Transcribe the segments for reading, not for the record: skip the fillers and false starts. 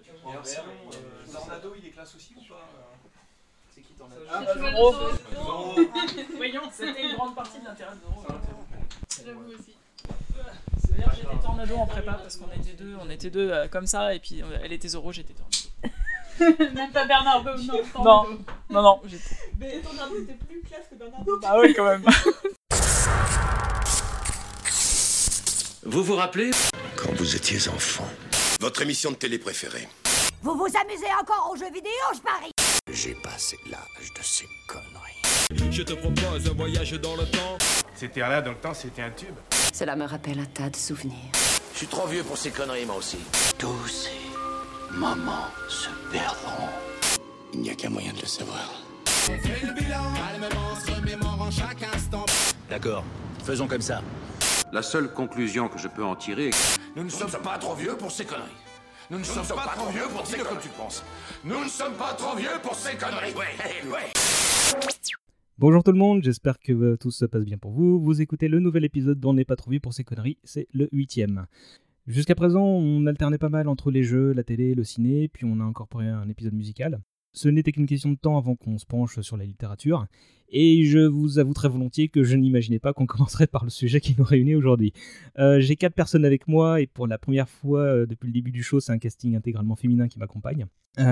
Et alors sinon, Tornado, il est classe aussi ou pas C'est qui Tornado? Zoro. Voyons, c'était une grande partie de l'intérêt de Zoro. J'avoue aussi. C'est d'ailleurs j'étais Tornado en prépa parce qu'on était deux comme ça et puis elle était Zoro, j'étais Tornado. Même pas Bernardo, non. Non, j'étais. Mais Bernardo était plus classe que Bernardo. Bah oui quand même. Vous vous rappelez Quand vous étiez enfant, votre émission de télé préférée? Vous vous amusez encore aux jeux vidéo, je parie. j'ai passé l'âge de ces conneries. Je te propose un voyage dans le temps. C'était là dans le temps, c'était un tube. Cela me rappelle un tas de souvenirs. Je suis trop vieux pour ces conneries, moi aussi. Tous ces moments se perdront. Il n'y a qu'un moyen de le savoir. D'accord, faisons comme ça. La seule conclusion que je peux en tirer est que Nous ne sommes pas trop vieux pour ces conneries. Nous ne sommes pas trop vieux pour ces conneries. Comme tu penses. Nous ne sommes pas trop vieux pour ces conneries. Ouais. Bonjour tout le monde, j'espère que tout se passe bien pour vous. Vous écoutez le nouvel épisode d'On n'est pas trop vieux pour ces conneries, c'est le 8e. Jusqu'à présent, on alternait pas mal entre les jeux, la télé, le ciné, puis on a incorporé un épisode musical. Ce n'était qu'une question de temps avant qu'on se penche sur la littérature, et je vous avoue très volontiers que je n'imaginais pas qu'on commencerait par le sujet qui nous réunit aujourd'hui. J'ai 4 personnes avec moi, et pour la première fois depuis le début du show, c'est un casting intégralement féminin qui m'accompagne.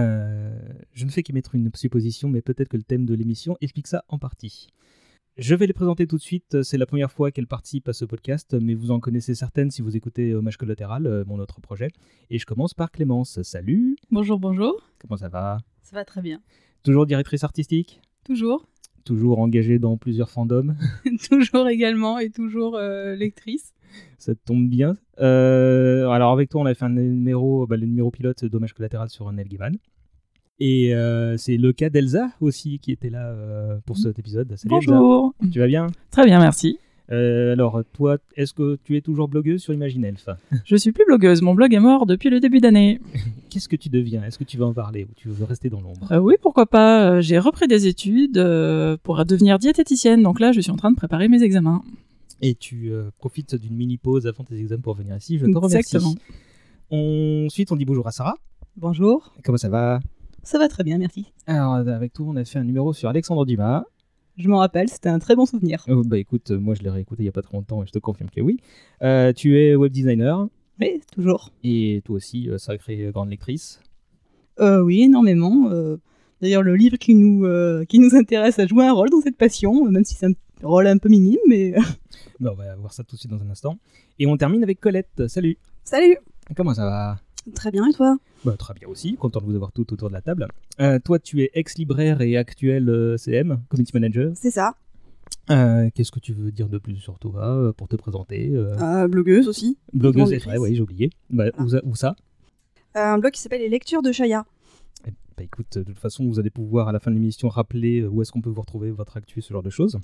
Je ne fais qu'émettre une supposition, mais peut-être que le thème de l'émission explique ça en partie. Je vais les présenter tout de suite, c'est la première fois qu'elles participent à ce podcast, mais vous en connaissez certaines si vous écoutez Hommage Collatéral, mon autre projet. Et je commence par Clémence. Salut. Bonjour. Comment ça va? Ça va très bien. Toujours directrice artistique? Toujours. Toujours engagée dans plusieurs fandoms? Toujours également et toujours lectrice. Ça te tombe bien. Alors avec toi, on a fait un numéro, le numéro pilote d'Hommage Collatéral sur Neil Gaiman. Et c'est le cas d'Elsa aussi qui était là pour cet épisode. Salut Bonjour. Elsa. Tu vas bien? Très bien, merci. Alors toi, est-ce que tu es toujours blogueuse sur Imagine Elf? Je suis plus blogueuse, mon blog est mort depuis le début d'année. Qu'est-ce que tu deviens? Est-ce que tu vas en parler ou tu veux rester dans l'ombre? Oui, pourquoi pas. J'ai repris des études pour devenir diététicienne, donc là je suis en train de préparer mes examens. Et tu profites d'une mini-pause avant tes examens pour venir ici, je te remercie. Exactement. Ensuite, on dit bonjour à Sarah. Bonjour. Comment ça va? Ça va très bien, merci. Alors, avec toi, on a fait un numéro sur Alexandre Dumas. Je m'en rappelle, c'était un très bon souvenir. Oh, écoute, moi je l'ai réécouté il n'y a pas très longtemps et je te confirme que oui. Tu es web designer. Oui, toujours. Et toi aussi, sacrée grande lectrice. Oui, énormément. D'ailleurs, le livre qui nous intéresse a joué un rôle dans cette passion, même si c'est un rôle un peu minime, mais... On va voir ça tout de suite dans un instant. Et on termine avec Colette. Salut. Salut. Comment ça va? Très bien, et toi? Très bien aussi, content de vous avoir tout autour de la table. Toi, tu es ex-libraire et actuel CM, Community Manager. C'est ça. Qu'est-ce que tu veux dire de plus sur toi pour te présenter? Blogueuse aussi. Blogueuse, c'est vrai, oui, j'ai oublié. Où ça? Un blog qui s'appelle Les Lectures de Chaya. Écoute, de toute façon, vous allez pouvoir à la fin de l'émission rappeler où est-ce qu'on peut vous retrouver, votre actu, ce genre de choses.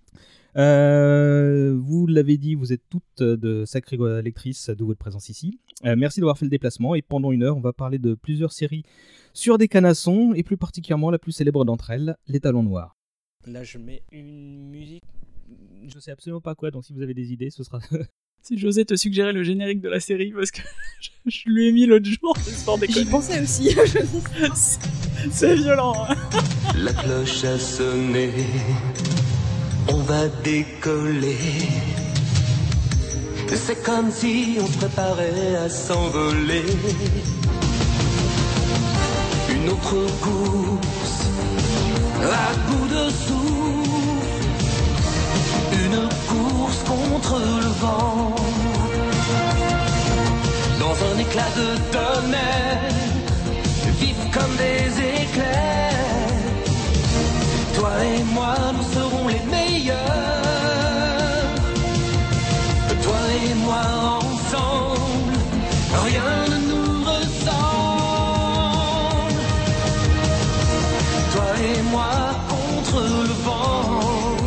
Vous l'avez dit, vous êtes toutes de sacrées lectrices de votre présence ici. Merci d'avoir fait le déplacement et pendant une heure, on va parler de plusieurs séries sur des canassons et plus particulièrement la plus célèbre d'entre elles, Les Talons Noirs. Là, je mets une musique, je sais absolument pas quoi, donc si vous avez des idées, ce sera... Si j'osais te suggérer le générique de la série, parce que je lui ai mis l'autre jour, histoire déconner. J'y pensais aussi. C'est violent. Hein. La cloche a sonné, on va décoller. C'est comme si on se préparait à s'envoler. Une autre course, à bout de souffle. Une course contre le vent. Dans un éclat de tonnerre, vifs comme des éclairs. Toi et moi, nous serons les meilleurs. Toi et moi ensemble, rien ne nous ressemble. Toi et moi contre le vent.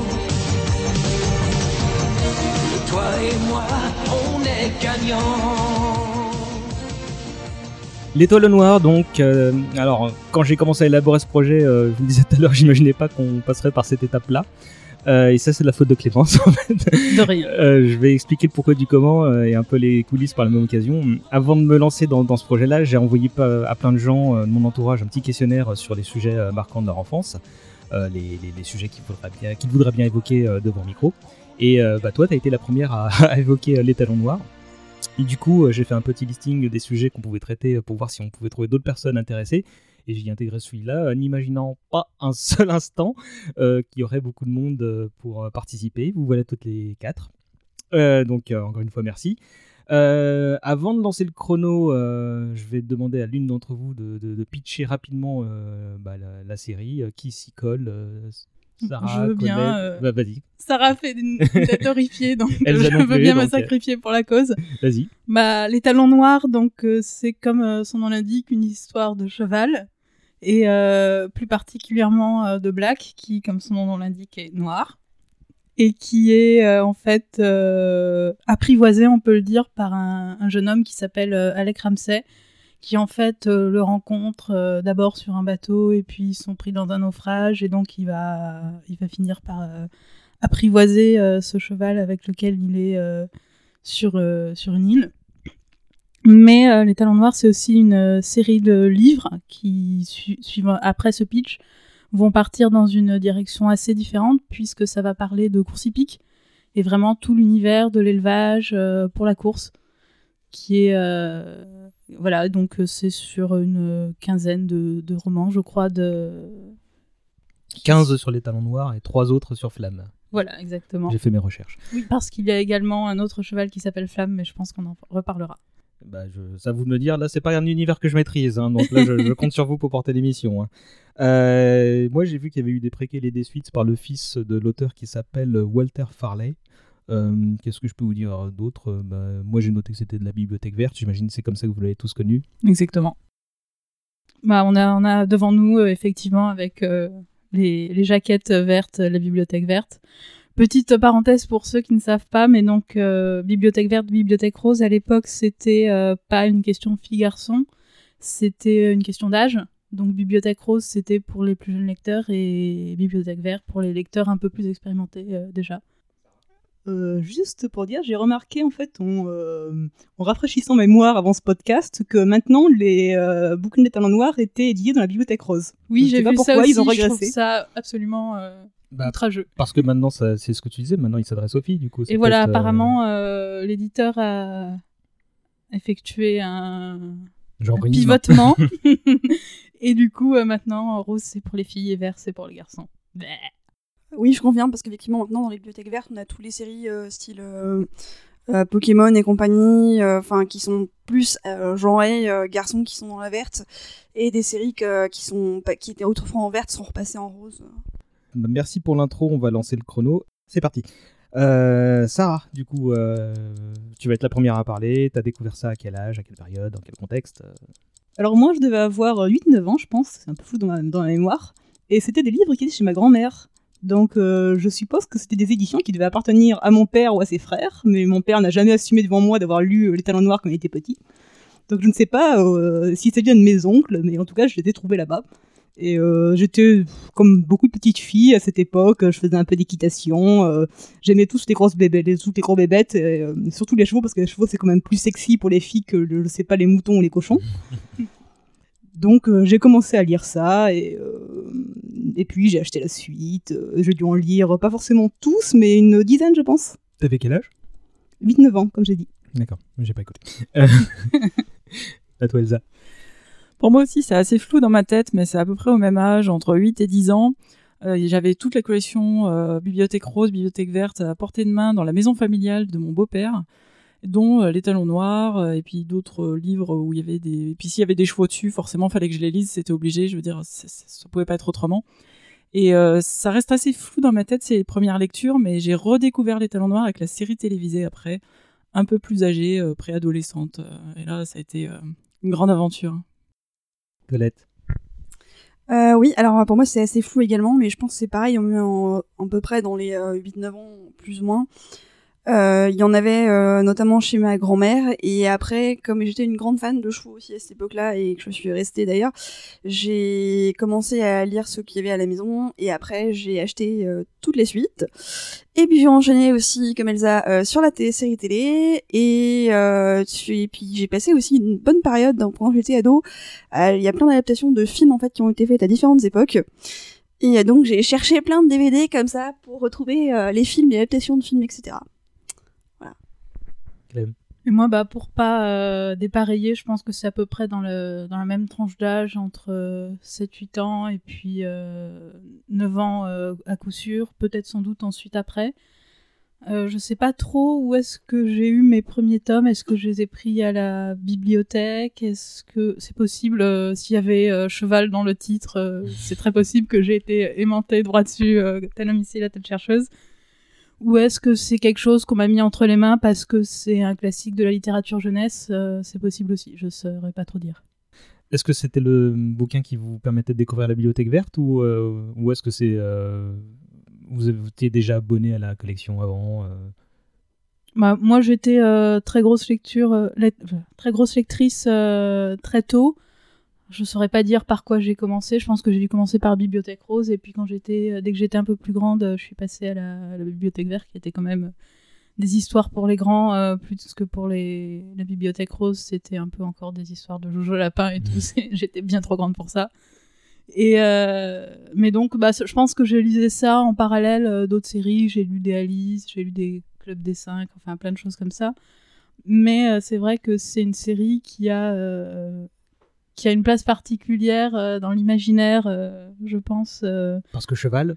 Toi et moi, on est gagnants. L'Étoile Noire, donc, alors quand j'ai commencé à élaborer ce projet, je vous le disais tout à l'heure, j'imaginais pas qu'on passerait par cette étape-là. Et ça, c'est de la faute de Clémence, en fait. De rien. Je vais expliquer le pourquoi du comment et un peu les coulisses par la même occasion. Avant de me lancer dans ce projet-là, j'ai envoyé à plein de gens de mon entourage un petit questionnaire sur les sujets marquants de leur enfance, les sujets qu'ils voudraient bien évoquer devant micro. Et toi, tu as été la première à évoquer les talons noirs. Et du coup, j'ai fait un petit listing des sujets qu'on pouvait traiter pour voir si on pouvait trouver d'autres personnes intéressées. Et j'y ai intégré celui-là, n'imaginant pas un seul instant qu'il y aurait beaucoup de monde pour participer. Vous voilà toutes les 4. Donc, encore une fois, merci. Avant de lancer le chrono, je vais demander à l'une d'entre vous de pitcher rapidement la série. Qui s'y colle Sarah, je veux bien. Vas-y. Sarah fait une tête horrifiée, donc Elle je veux bien me sacrifier pour la cause. Vas-y. Les Talons Noirs, donc c'est comme son nom l'indique, une histoire de cheval, et plus particulièrement de Black, qui, comme son nom l'indique, est noir, et qui est en fait apprivoisé, on peut le dire, par un jeune homme qui s'appelle Alec Ramsey, qui en fait le rencontre d'abord sur un bateau, et puis ils sont pris dans un naufrage, et donc il va finir par apprivoiser ce cheval avec lequel il est sur une île. Mais Les Talons Noirs, c'est aussi une série de livres qui, suivant après ce pitch, vont partir dans une direction assez différente, puisque ça va parler de course hippique, et vraiment tout l'univers de l'élevage pour la course, qui est... Voilà, donc c'est sur une quinzaine de romans, je crois, 15 sur les Talons Noirs et 3 autres sur Flamme. Voilà, exactement. J'ai fait mes recherches. Oui, parce qu'il y a également un autre cheval qui s'appelle Flamme, mais je pense qu'on en reparlera. Ça vous de me dire, là c'est pas un univers que je maîtrise, hein, donc là je compte sur vous pour porter l'émission. Hein. Moi j'ai vu qu'il y avait eu des préquels et des suites par le fils de l'auteur qui s'appelle Walter Farley. Qu'est-ce que je peux vous dire d'autre moi j'ai noté que c'était de la Bibliothèque Verte, j'imagine que c'est comme ça que vous l'avez tous connu. Exactement. On a devant nous effectivement avec les jaquettes vertes, la Bibliothèque Verte. Petite parenthèse pour ceux qui ne savent pas, mais donc Bibliothèque Verte, Bibliothèque Rose, à l'époque c'était pas une question fille-garçon, c'était une question d'âge. Donc Bibliothèque Rose c'était pour les plus jeunes lecteurs et Bibliothèque Verte pour les lecteurs un peu plus expérimentés déjà. Juste pour dire, j'ai remarqué en fait en rafraîchissant ma mémoire avant ce podcast que maintenant les bouquins des Talons Noirs étaient édités dans la Bibliothèque Rose. Oui, j'ai vu ça aussi, ils ont régressé. Je trouve ça absolument outrageux. Parce que maintenant, c'est ce que tu disais, maintenant il s'adresse aux filles du coup. Et voilà, apparemment l'éditeur a effectué un pivotement. Et du coup, maintenant, rose c'est pour les filles et vert c'est pour les garçons. Bleh. Oui, je confirme, parce qu'effectivement, maintenant, dans les bibliothèques vertes, on a toutes les séries style Pokémon et compagnie, qui sont plus genrées garçons qui sont dans la verte, et des séries qui étaient autrefois en verte sont repassées en rose. Merci pour l'intro, on va lancer le chrono. C'est parti. Sarah, du coup, tu vas être la première à parler. T'as découvert ça à quel âge, à quelle période, dans quel contexte Alors moi, je devais avoir 8-9 ans, je pense, c'est un peu flou dans ma mémoire, et c'était des livres qui étaient chez ma grand-mère. Donc je suppose que c'était des éditions qui devaient appartenir à mon père ou à ses frères, mais mon père n'a jamais assumé devant moi d'avoir lu Les Talons Noirs quand il était petit. Donc je ne sais pas si c'est bien de mes oncles, mais en tout cas je les ai trouvés là-bas. Et j'étais comme beaucoup de petites filles à cette époque, je faisais un peu d'équitation, j'aimais tous les grosses bébés, toutes les gros bébêtes, et, surtout les chevaux, parce que les chevaux c'est quand même plus sexy pour les filles que, je sais pas, les moutons ou les cochons. Donc j'ai commencé à lire ça, et puis j'ai acheté la suite, j'ai dû en lire, pas forcément tous, mais une dizaine je pense. T'avais quel âge ? 8-9 ans, comme j'ai dit. D'accord, j'ai pas écouté. À toi Elsa. Pour moi aussi, c'est assez flou dans ma tête, mais c'est à peu près au même âge, entre 8 et 10 ans. J'avais toute la collection Bibliothèque Rose, Bibliothèque Verte à portée de main dans la maison familiale de mon beau-père, dont Les Talons Noirs, et puis d'autres livres où il y avait des... Et puis s'il y avait des chevaux dessus, forcément, il fallait que je les lise, c'était obligé, je veux dire, ça pouvait pas être autrement. Et ça reste assez flou dans ma tête, ces premières lectures, mais j'ai redécouvert Les Talons Noirs avec la série télévisée après, un peu plus âgée, préadolescente. Et là, ça a été une grande aventure. Colette. Oui, alors pour moi c'est assez flou également, mais je pense que c'est pareil, on met à peu près dans les 8-9 ans, plus ou moins. Il y en avait notamment chez ma grand-mère, et après, comme j'étais une grande fan de chevaux aussi à cette époque-là, et que je suis restée d'ailleurs, j'ai commencé à lire ce qu'il y avait à la maison, et après j'ai acheté toutes les suites. Et puis j'ai enchaîné aussi, comme Elsa, sur la série télé, et puis j'ai passé aussi une bonne période pendant que j'étais ado. Il y a plein d'adaptations de films en fait qui ont été faites à différentes époques. Et donc j'ai cherché plein de DVD comme ça pour retrouver les films, les adaptations de films, etc. Et moi, pour pas dépareiller, je pense que c'est à peu près dans la même tranche d'âge, entre 7-8 ans et puis 9 ans à coup sûr, peut-être sans doute ensuite après. Je sais pas trop où est-ce que j'ai eu mes premiers tomes, est-ce que je les ai pris à la bibliothèque, est-ce que c'est possible, s'il y avait cheval dans le titre, c'est très possible que j'ai été aimantée droit dessus, tel homme ici, la telle chercheuse. Ou est-ce que c'est quelque chose qu'on m'a mis entre les mains parce que c'est un classique de la littérature jeunesse, c'est possible aussi, je saurais pas trop dire. Est-ce que c'était le bouquin qui vous permettait de découvrir la Bibliothèque Verte ou est-ce que c'est vous étiez déjà abonné à la collection avant Moi j'étais très grosse lectrice très tôt. Je saurais pas dire par quoi j'ai commencé. Je pense que j'ai dû commencer par Bibliothèque Rose, et puis dès que j'étais un peu plus grande, je suis passée à la Bibliothèque Verte, qui était quand même des histoires pour les grands, plus que pour la Bibliothèque Rose, c'était un peu encore des histoires de Jojo Lapin et tout. J'étais bien trop grande pour ça. Et mais donc, je pense que j'ai lisé ça en parallèle d'autres séries. J'ai lu des Alice, j'ai lu des Club des 5, enfin plein de choses comme ça. Mais c'est vrai que c'est une série qui a une place particulière dans l'imaginaire, je pense. Parce que cheval.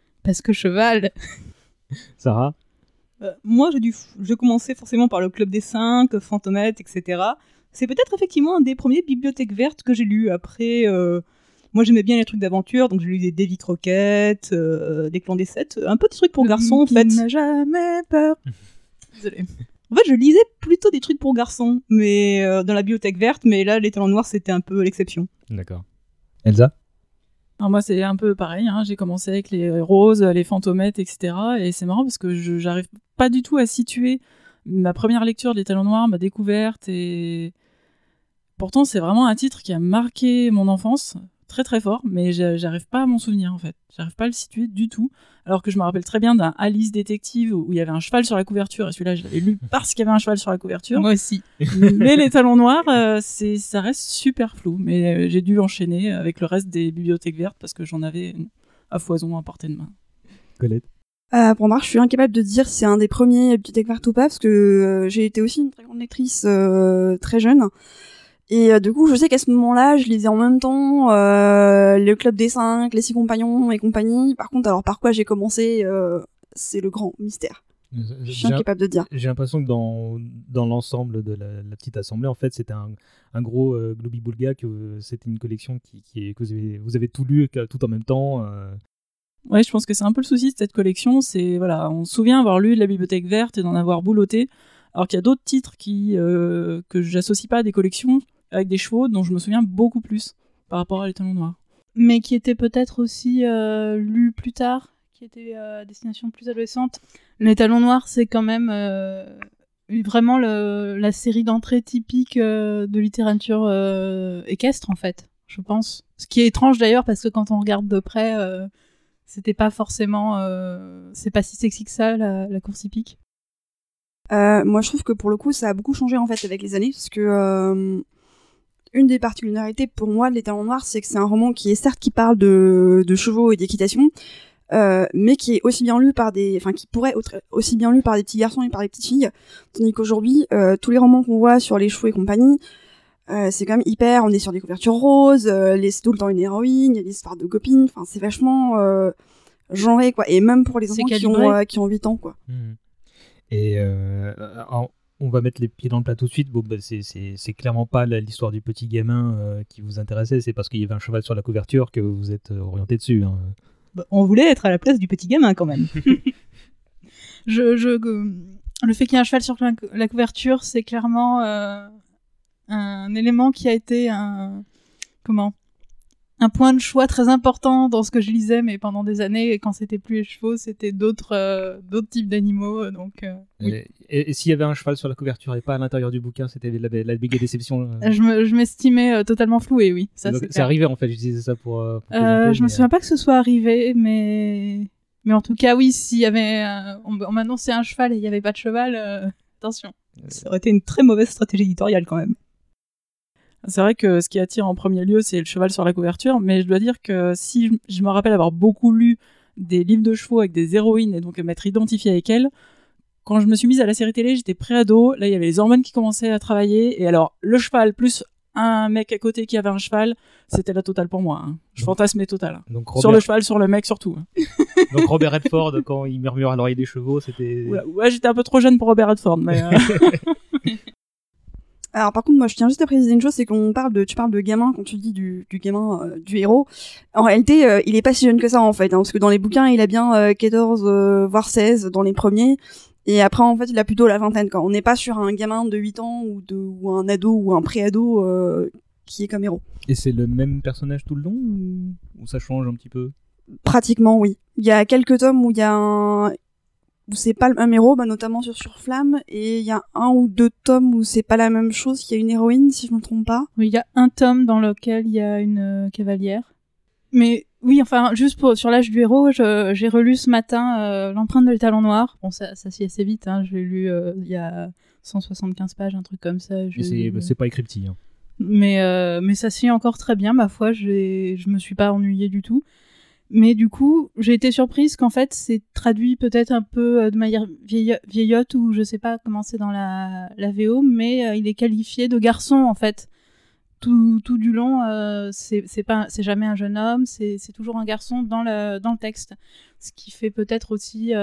Sarah. Moi, j'ai commencé forcément par le Club des 5, Fantomette, etc. C'est peut-être effectivement un des premiers Bibliothèques Vertes que j'ai lu. Après, moi j'aimais bien les trucs d'aventure, donc j'ai lu des Davy Crockett, des Clans des 7, un peu de trucs pour garçons en fait. Qui n'a jamais peur. Désolée. En fait, je lisais plutôt des trucs pour garçons, mais dans la Bibliothèque Verte, mais là, Les Talons Noirs, c'était un peu l'exception. D'accord. Elsa ? Alors moi, c'est un peu pareil, hein. J'ai commencé avec les roses, les fantomettes, etc. Et c'est marrant parce que j'arrive pas du tout à situer ma première lecture des Talons Noirs, ma découverte. Et pourtant, c'est vraiment un titre qui a marqué mon enfance très très fort, mais j'arrive pas à m'en souvenir en fait. J'arrive pas à le situer du tout. Alors que je me rappelle très bien d'un Alice Détective où il y avait un cheval sur la couverture, et celui-là je l'avais lu parce qu'il y avait un cheval sur la couverture. Moi aussi. Mais les Talons Noirs, ça reste super flou. Mais j'ai dû enchaîner avec le reste des Bibliothèques Vertes parce que j'en avais à foison à portée de main. Colette. Pour moi, je suis incapable de dire si c'est un des premiers Bibliothèques Vertes ou pas, parce que j'ai été aussi une très grande lectrice très jeune. Et du coup, je sais qu'à ce moment-là, je lisais en même temps le Club des 5, les 6 compagnons et compagnie. Par contre, alors par quoi j'ai commencé, c'est le grand mystère. Je suis incapable de dire. J'ai l'impression que dans l'ensemble de la petite assemblée, en fait, c'était un gros globi-boulga, que c'était une collection que vous avez tout lu tout en même temps. Ouais, je pense que c'est un peu le souci de cette collection. C'est voilà, on se souvient avoir lu de la Bibliothèque Verte et d'en avoir boulotté, alors qu'il y a d'autres titres que j'associe pas à des collections avec des chevaux dont je me souviens beaucoup plus par rapport à Les Talons Noirs. Mais qui étaient peut-être aussi lus plus tard, qui étaient à destination plus adolescente. Les Talons Noirs, c'est quand même vraiment la série d'entrée typique de littérature équestre, en fait, je pense. Ce qui est étrange d'ailleurs, parce que quand on regarde de près, c'était pas forcément... c'est pas si sexy que ça, la course hippique. Moi, je trouve que pour le coup, ça a beaucoup changé en fait avec les années, parce que une des particularités pour moi de Les Talons Noirs, c'est que c'est un roman qui parle de chevaux et d'équitation, mais qui est aussi bien lu qui pourrait être aussi bien lu par des petits garçons et par des petites filles, tandis qu'aujourd'hui, tous les romans qu'on voit sur les chevaux et compagnie, c'est quand même on est sur des couvertures roses, c'est tout le temps une héroïne, il y a des histoires de copines, enfin c'est vachement genré quoi, et même pour les enfants qui ont 8 ans quoi. Et on va mettre les pieds dans le plat tout de suite. Bon, c'est clairement pas l'histoire du petit gamin qui vous intéressait, c'est parce qu'il y avait un cheval sur la couverture que vous êtes orienté dessus. Hein. On voulait être à la place du petit gamin quand même. Le fait qu'il y ait un cheval sur la couverture, c'est clairement un élément qui a été un un point de choix très important dans ce que je lisais, mais pendant des années, et quand c'était plus les chevaux, c'était d'autres types d'animaux. Donc, oui. Et s'il y avait un cheval sur la couverture et pas à l'intérieur du bouquin, c'était la méga déception. Je m'estimais totalement flouée, oui. Ça, c'est arrivé en fait, je disais ça pour je me souviens pas que ce soit arrivé, mais en tout cas, oui, s'il y avait on m'annonçait un cheval et il n'y avait pas de cheval, attention. Ça aurait été une très mauvaise stratégie éditoriale quand même. C'est vrai que ce qui attire en premier lieu, c'est le cheval sur la couverture, mais je dois dire que si je me rappelle avoir beaucoup lu des livres de chevaux avec des héroïnes et donc m'être identifiée avec elles, quand je me suis mise à la série télé, j'étais pré-ado, là il y avait les hormones qui commençaient à travailler, et alors le cheval plus un mec à côté qui avait un cheval, c'était la totale pour moi. Hein. Je fantasmais total. Donc sur le cheval, sur le mec surtout. Donc Robert Redford, quand il murmure à l'oreille des chevaux, c'était... Ouais, j'étais un peu trop jeune pour Robert Redford, mais... Alors par contre, moi je tiens juste à préciser une chose, c'est qu'on tu parles de gamin quand tu dis du gamin du héros. En réalité, il est pas si jeune que ça en fait, hein, parce que dans les bouquins, il a bien 14 voire 16 dans les premiers, et après en fait, il a plutôt la vingtaine quand on n'est pas sur un gamin de 8 ans ou un ado ou un pré-ado qui est comme héros. Et c'est le même personnage tout le long ou ça change un petit peu? Pratiquement oui. Il y a quelques tomes où où c'est pas le même héros, notamment sur Flamme, et il y a 1 ou 2 tomes où c'est pas la même chose, qu'il y a une héroïne, si je me trompe pas. Oui, il y a un tome dans lequel il y a une cavalière. Mais oui, enfin, juste sur l'âge du héros, j'ai relu ce matin L'empreinte de l'étalon noir. Bon, ça s'y est assez vite, hein, je l'ai lu il y a 175 pages, un truc comme ça. C'est pas écrit petit. Hein. Mais ça s'y est encore très bien, ma foi, je me suis pas ennuyée du tout. Mais du coup, j'ai été surprise qu'en fait, c'est traduit peut-être un peu de manière vieillotte ou je sais pas comment c'est dans la VO, mais il est qualifié de garçon en fait. Tout du long, c'est jamais un jeune homme, c'est toujours un garçon dans le texte. Ce qui fait peut-être aussi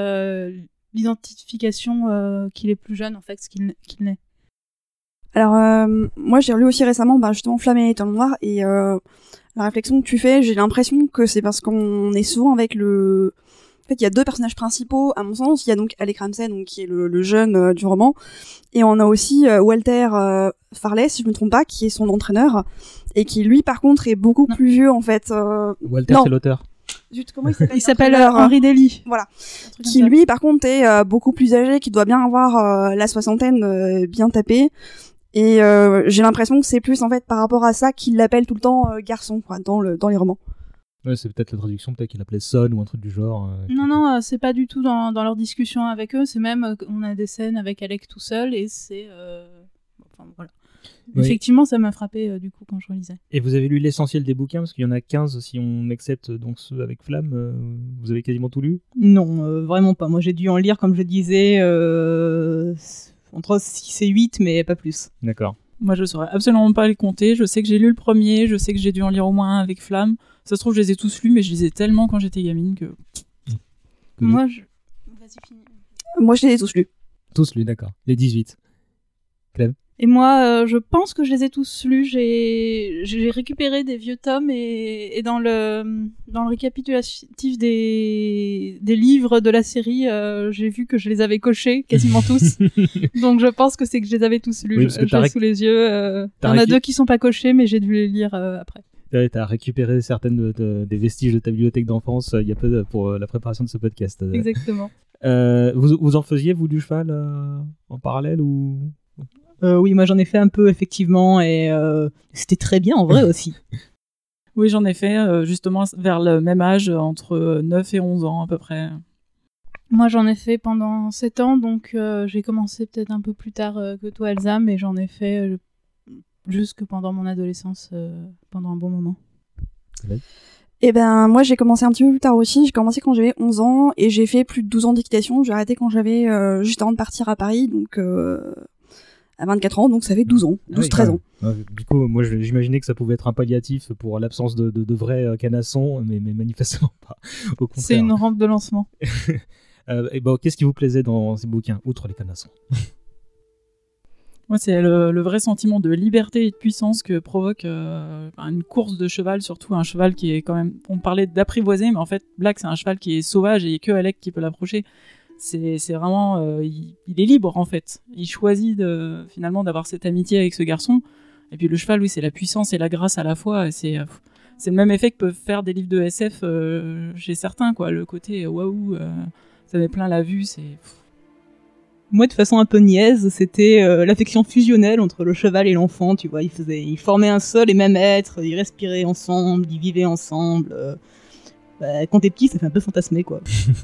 l'identification qu'il est plus jeune en fait qu'il n'est. Alors, moi j'ai relu aussi récemment justement Flamme et l'étalon noir et la réflexion que tu fais, j'ai l'impression que c'est parce qu'on est souvent avec le... En fait, il y a 2 personnages principaux, à mon sens. Il y a donc Alec Ramsey, donc, qui est le jeune du roman. Et on a aussi Walter Farley, si je me trompe pas, qui est son entraîneur. Et qui, lui, par contre, est beaucoup plus vieux, en fait. Walter, c'est l'auteur. Zut, comment il s'appelle? Il s'appelle Henry Daly. Voilà. Qui, lui, par contre, est beaucoup plus âgé, qui doit bien avoir la soixantaine bien tapée. Et j'ai l'impression que c'est plus en fait par rapport à ça qu'il l'appelle tout le temps garçon quoi, dans les romans. Ouais, c'est peut-être la traduction, peut-être qu'il l'appelait Son ou un truc du genre. Non, c'est pas du tout dans leur discussion avec eux. C'est même on a des scènes avec Alec tout seul et c'est enfin voilà. Oui. Effectivement, ça m'a frappé du coup quand je relisais. Et vous avez lu l'essentiel des bouquins parce qu'il y en a 15 si on accepte donc ceux avec Flamme. Vous avez quasiment tout lu? Non, vraiment pas. Moi, j'ai dû en lire comme je disais. Entre 6 et 8, mais pas plus. D'accord. Moi, je saurais absolument pas les compter. Je sais que j'ai lu le premier, je sais que j'ai dû en lire au moins un avec Flamme. Ça se trouve, je les ai tous lus, mais je lisais tellement quand j'étais gamine que... Moi, Moi, je les ai tous lus. Tous lus, d'accord. Les 18. Clem? Et moi, je pense que je les ai tous lus. J'ai récupéré des vieux tomes et dans le récapitulatif des livres de la série, j'ai vu que je les avais cochés quasiment tous. Donc je pense que c'est que je les avais tous lus. Oui, je les sous les yeux. Il y en a 2 qui sont pas cochés, mais j'ai dû les lire après. Ouais, t'as récupéré certaines des vestiges de ta bibliothèque d'enfance il y a peu pour la préparation de ce podcast. Exactement. Vous en faisiez, vous, du cheval en parallèle ou... Oui, moi j'en ai fait un peu effectivement et c'était très bien en vrai aussi. Oui, j'en ai fait justement vers le même âge, entre 9 et 11 ans à peu près. Moi j'en ai fait pendant 7 ans, donc j'ai commencé peut-être un peu plus tard que toi Elsa, mais j'en ai fait jusque pendant mon adolescence, pendant un bon moment. Et ben moi j'ai commencé un petit peu plus tard aussi, j'ai commencé quand j'avais 11 ans et j'ai fait plus de 12 ans d'équitation, j'ai arrêté quand j'avais juste avant de partir à Paris, donc... à 24 ans, donc ça fait 12 ans, 12-13 ans. Ouais, du coup, moi j'imaginais que ça pouvait être un palliatif pour l'absence de vrais canassons, mais manifestement pas. Au contraire. C'est une rampe de lancement. Et bon, qu'est-ce qui vous plaisait dans ces bouquins, outre les canassons? Moi, c'est le vrai sentiment de liberté et de puissance que provoque une course de cheval, surtout un cheval qui est quand même... On parlait d'apprivoiser, mais en fait, Black, c'est un cheval qui est sauvage et il n'y a que Alec qui peut l'approcher. C'est vraiment... il est libre, en fait. Il choisit finalement d'avoir cette amitié avec ce garçon. Et puis le cheval, oui, c'est la puissance et la grâce à la fois. Et c'est c'est le même effet que peuvent faire des livres de SF chez certains, quoi. Le côté waouh, ça met plein la vue, c'est. Moi, de façon un peu niaise, c'était l'affection fusionnelle entre le cheval et l'enfant, tu vois. Ils formaient un seul et même être, ils respiraient ensemble, ils vivaient ensemble. Quand t'es petit, ça fait un peu fantasmer, quoi.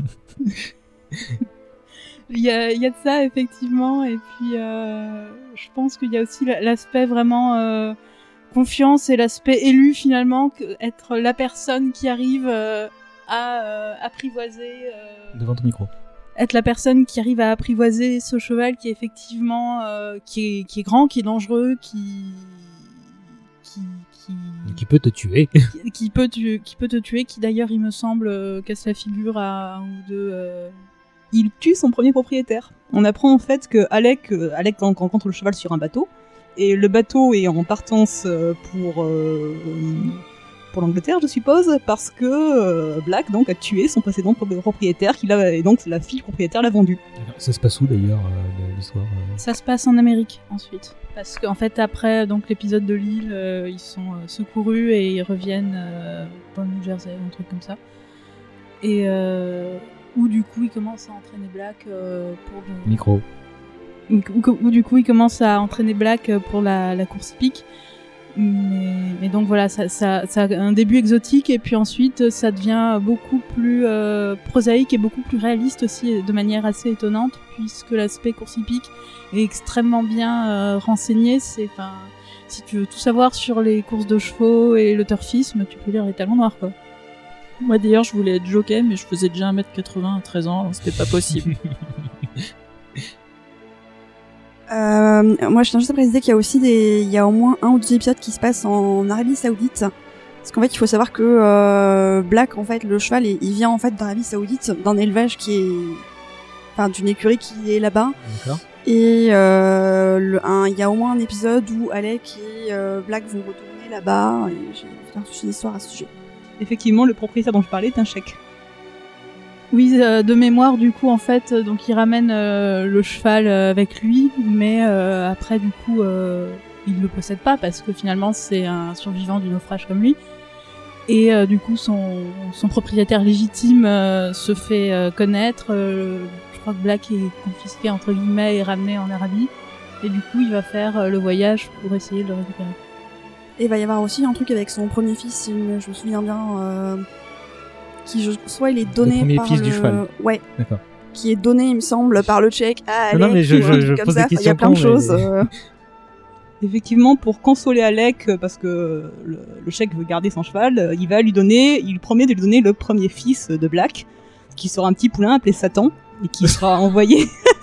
Il y a de ça, effectivement. Et puis, je pense qu'il y a aussi l'aspect vraiment confiance et l'aspect élu, finalement, être la personne qui arrive à apprivoiser... Devant ton micro. Être la personne qui arrive à apprivoiser ce cheval qui est effectivement qui est grand, qui est dangereux, qui peut te tuer. qui peut te tuer, qui d'ailleurs il me semble casse la figure à un ou deux. Il tue son premier propriétaire. On apprend en fait que Alec rencontre le cheval sur un bateau et le bateau est en partance pour l'Angleterre, je suppose, parce que Black donc a tué son précédent propriétaire, et donc la fille propriétaire l'a vendu. Ça se passe où d'ailleurs l'histoire Ça se passe en Amérique ensuite, parce qu'en fait après donc l'épisode de l'île, ils sont secourus et ils reviennent dans le New Jersey, un truc comme ça, et où du coup ils commencent à entraîner Black pour le... Micro. Où du coup ils commencent à entraîner Black pour la course hippique. Mais donc voilà, ça a un début exotique et puis ensuite ça devient beaucoup plus prosaïque et beaucoup plus réaliste aussi, de manière assez étonnante, puisque l'aspect course hippique est extrêmement bien renseigné. Si tu veux tout savoir sur les courses de chevaux et le turfisme, tu peux lire Les Talons Noirs, quoi. Moi d'ailleurs, je voulais être jockey, mais je faisais déjà 1m80 à 13 ans, donc c'était pas possible. Moi, je tiens juste à préciser qu'il y a aussi il y a au moins 1 ou 2 épisodes qui se passent en Arabie Saoudite. Parce qu'en fait, il faut savoir que Black, en fait, le cheval, il vient en fait d'Arabie Saoudite, d'un élevage d'une écurie qui est là-bas. D'accord. Et il y a au moins un épisode où Alec et Black vont retourner là-bas. Et j'ai toute une histoire à ce sujet. Effectivement, le propriétaire dont je parlais est un cheikh. Oui, de mémoire, du coup, en fait, donc il ramène le cheval avec lui, mais après, du coup, il le possède pas parce que finalement, c'est un survivant du naufrage comme lui. Et du coup, son propriétaire légitime se fait connaître. Je crois que Black est confisqué, entre guillemets, et ramené en Arabie. Et du coup, il va faire le voyage pour essayer de le récupérer. Et il va y avoir aussi un truc avec son premier fils, si je me souviens bien... soit il est donné le premier par fils du cheval. Ouais. D'accord. Qui est donné, il me semble, par le tchèque à Alec. Non, mais je comme pose ça. des questions. Il y a plein de choses. Effectivement, pour consoler Alec, parce que le cheikh veut garder son cheval, il promet de lui donner le premier fils de Black, qui sera un petit poulain appelé Satan, et qui sera envoyé...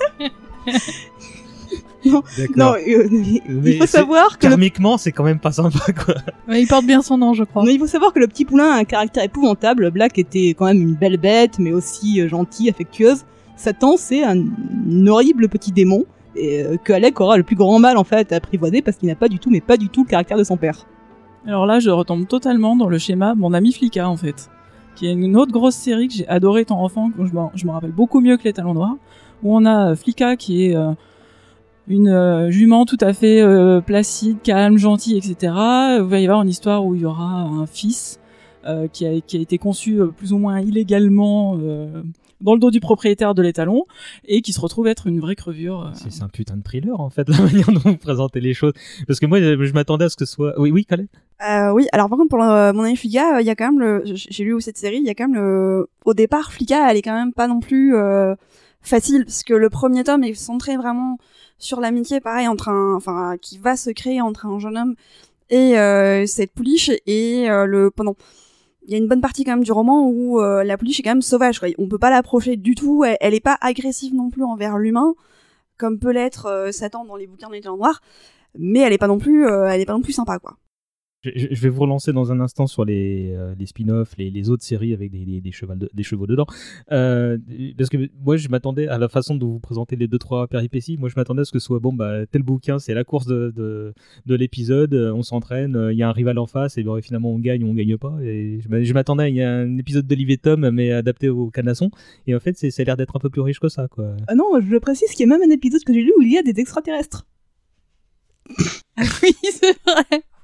Non, il faut savoir que... Karmiquement, c'est quand même pas sympa, quoi. Ouais, il porte bien son nom, je crois. Mais il faut savoir que le petit poulain a un caractère épouvantable. Black était quand même une belle bête, mais aussi gentille, affectueuse. Satan, c'est un horrible petit démon, et que Alec aura le plus grand mal, en fait, à apprivoiser, parce qu'il n'a pas du tout le caractère de son père. Alors là, je retombe totalement dans le schéma Mon ami Flicka, en fait, qui est une autre grosse série que j'ai adorée étant enfant, que je me rappelle beaucoup mieux que Les Talons Noirs, où on a Flicka qui est... une jument tout à fait placide, calme, gentille, etc. Il va y avoir une histoire où il y aura un fils qui a été conçu plus ou moins illégalement dans le dos du propriétaire de l'étalon et qui se retrouve être une vraie crevure. C'est un putain de thriller en fait, la manière dont vous présentez les choses. Parce que moi, je m'attendais à ce que ce soit... Oui, Colette. Oui, alors par contre, pour mon ami Flicka, il y a quand même j'ai lu cette série, il y a quand même au départ, Flicka, elle est quand même pas non plus facile, parce que le premier tome est centré vraiment sur l'amitié, pareil, qui va se créer entre un jeune homme et cette pouliche, et il y a une bonne partie quand même du roman où la pouliche est quand même sauvage, quoi. On peut pas l'approcher du tout, elle est pas agressive non plus envers l'humain, comme peut l'être Satan dans les bouquins des Talons Noirs, mais elle est pas non plus sympa, quoi. Je vais vous relancer dans un instant sur les spin-offs, les autres séries avec des chevaux dedans. Parce que moi, je m'attendais à la façon dont vous présentez les 2-3 péripéties. Moi, je m'attendais à ce que ce soit, tel bouquin, c'est la course de l'épisode, on s'entraîne, il y a un rival en face, et finalement on gagne ou on gagne pas. Et je m'attendais à un épisode d'Olive et Tom, mais adapté au canasson. Et en fait, ça a l'air d'être un peu plus riche que ça, quoi. Ah non, je précise qu'il y a même un épisode que j'ai lu où il y a des extraterrestres. Ah oui, c'est vrai.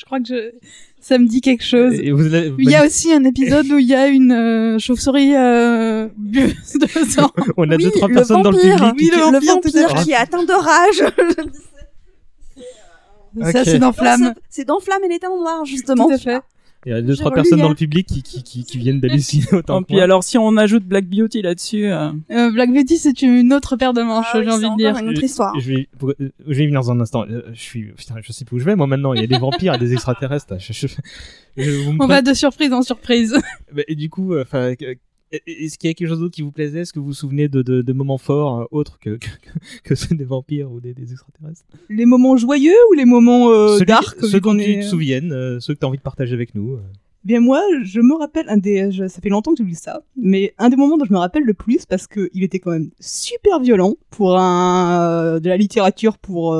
Je crois que ça me dit quelque chose. Et il y a aussi un épisode où il y a une chauve-souris bueuse de sang. On a 2-3 personnes dans le public. Oui, le vampire qui est atteint de rage. Ça, c'est dans Flamme. C'est dans Flamme et les Talons Noirs, justement. Tout à fait. Il y a 2-3 personnes dans le public qui viennent d'halluciner autant. Puis alors, si on ajoute Black Beauty là-dessus... Black Beauty, c'est une autre paire de manches, j'ai envie de dire. C'est une autre histoire. Je vais y venir dans un instant. Je sais plus où je vais, moi, maintenant. Il y a des vampires et des extraterrestres. On va de surprise en surprise. Et du coup, est-ce qu'il y a quelque chose d'autre qui vous plaisait? Est-ce que vous vous souvenez de moments forts autres que ceux des vampires ou des extraterrestres? Les moments joyeux ou les moments dark? Ceux dont tu te souviennes, ceux que tu as envie de partager avec nous. Bien moi, je me rappelle ça fait longtemps que j'ai lu ça, mais un des moments dont je me rappelle le plus parce que il était quand même super violent pour de la littérature pour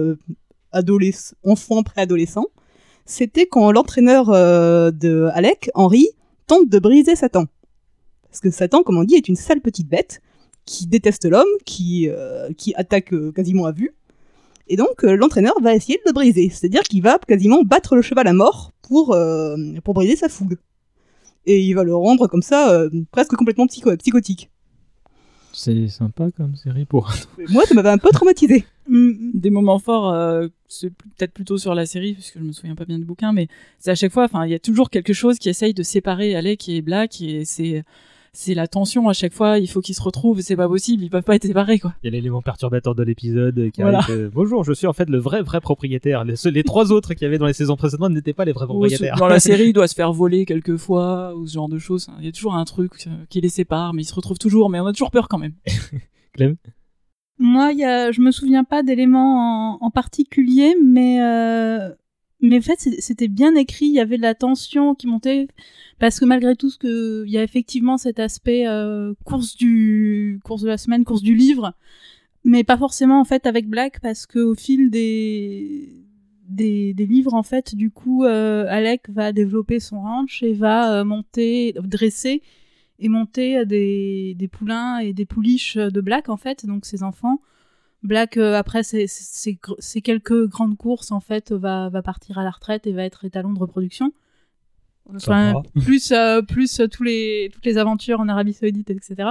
enfants préadolescents. C'était quand l'entraîneur de Alec, Henry, tente de briser Satan. Parce que Satan, comme on dit, est une sale petite bête qui déteste l'homme, qui attaque quasiment à vue. Et donc, l'entraîneur va essayer de le briser. C'est-à-dire qu'il va quasiment battre le cheval à mort pour briser sa fougue. Et il va le rendre comme ça, presque complètement psychotique. C'est sympa comme série pour... Moi, ça m'avait un peu traumatisé. Des moments forts, c'est peut-être plutôt sur la série, parce que je me souviens pas bien du bouquin, mais c'est à chaque fois, il y a toujours quelque chose qui essaye de séparer Alec et Black, et c'est la tension à chaque fois, il faut qu'ils se retrouvent, c'est pas possible, ils peuvent pas être séparés, quoi. Il y a l'élément perturbateur de l'épisode qui arrive. Bonjour, je suis en fait le vrai propriétaire. Les 3 autres qu'il y avait dans les saisons précédentes n'étaient pas les vrais propriétaires. Dans la série, il doit se faire voler quelquefois, ou ce genre de choses. Il y a toujours un truc qui les sépare, mais ils se retrouvent toujours, mais on a toujours peur quand même. Clem? Moi, je me souviens pas d'éléments en particulier, mais en fait, c'était bien écrit, il y avait de la tension qui montait, parce que malgré tout, il y a effectivement cet aspect course de la semaine, course du livre, mais pas forcément en fait avec Black, parce que au fil des livres, en fait, du coup, Alec va développer son ranch et va dresser et monter des poulains et des pouliches de Black, en fait, donc ses enfants. Black, après ces quelques grandes courses, en fait, va partir à la retraite et va être étalon de reproduction. Enfin, plus toutes les aventures en Arabie Saoudite, etc.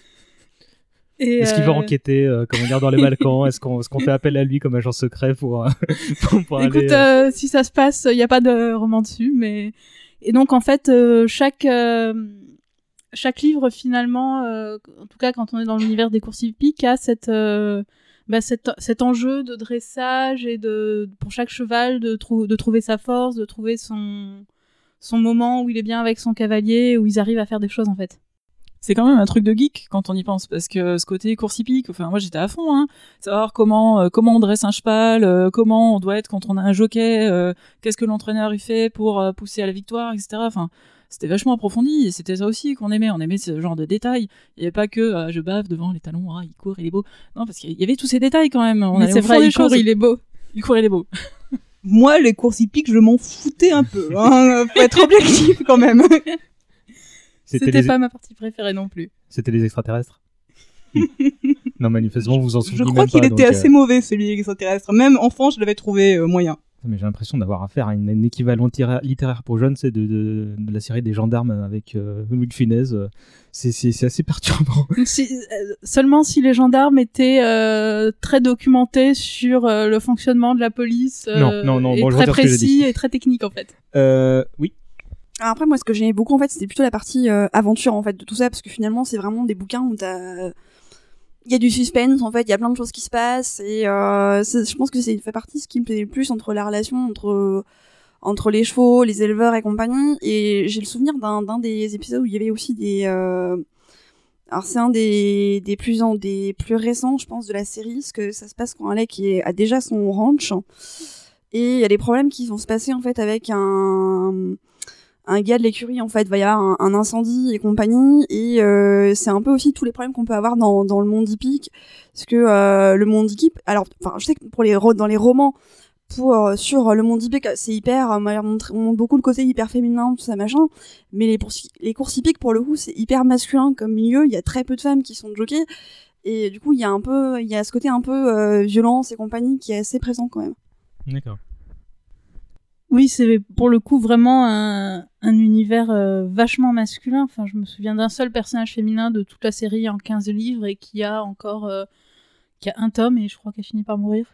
Et est-ce qu'il va enquêter, dans les Balkans? Est-ce qu'on fait appel à lui comme agent secret pour Écoute, aller... si ça se passe, il n'y a pas de roman dessus, mais... Et donc, en fait, chaque livre, finalement, en tout cas, quand on est dans l'univers des courses hippiques, a cet enjeu de dressage et pour chaque cheval de trouver sa force, de trouver son moment où il est bien avec son cavalier, où ils arrivent à faire des choses, en fait. C'est quand même un truc de geek quand on y pense, parce que ce côté course hippique, moi j'étais à fond, savoir comment on dresse un cheval, comment on doit être quand on a un jockey, qu'est-ce que l'entraîneur il fait pour pousser à la victoire, etc. C'était vachement approfondi, et c'était ça aussi qu'on aimait. On aimait ce genre de détails. Il n'y avait pas que je bave devant les talons, il court, il est beau. Non, parce qu'il y avait tous ces détails quand même. Mais c'est vrai, il court, il est beau. Il court, il est beau. Moi, les courses hippiques, je m'en foutais un peu. Faut être objectif quand même. C'était pas ma partie préférée non plus. C'était les extraterrestres. Non, manifestement, vous en souvenez même pas. Je crois qu'il était assez mauvais, celui extraterrestre. Même enfant, je l'avais trouvé moyen. Mais j'ai l'impression d'avoir affaire à un équivalent littéraire pour jeunes, c'est de la série des gendarmes avec Louis de Funès. C'est assez perturbant. Seulement si les gendarmes étaient très documentés sur le fonctionnement de la police, non, et très précis et très technique en fait. Oui. Alors après, moi, ce que j'aimais beaucoup, en fait, c'était plutôt la partie aventure, en fait, de tout ça, parce que finalement, c'est vraiment des bouquins où il y a du suspense, en fait, il y a plein de choses qui se passent, et je pense que ça fait partie de ce qui me plaisait le plus entre la relation entre les chevaux, les éleveurs et compagnie, et j'ai le souvenir d'un des épisodes où il y avait aussi alors c'est un des plus récents, je pense, de la série, parce que ça se passe quand Alec a déjà son ranch, et il y a des problèmes qui vont se passer, en fait, avec un gars de l'écurie, en fait, il va y avoir un incendie et compagnie, et c'est un peu aussi tous les problèmes qu'on peut avoir dans le monde hippique, parce que le monde hippique, alors, enfin, je sais que dans les romans, sur le monde hippique, c'est hyper, on montre beaucoup le côté hyper féminin, tout ça, machin, mais les courses hippiques, pour le coup, c'est hyper masculin comme milieu, il y a très peu de femmes qui sont jockeys, et du coup, il y a ce côté un peu violence et compagnie qui est assez présent quand même. D'accord. Oui, c'est pour le coup vraiment un univers vachement masculin. Enfin, je me souviens d'un seul personnage féminin de toute la série en 15 livres et qui a encore qui a un tome et je crois qu'elle finit par mourir.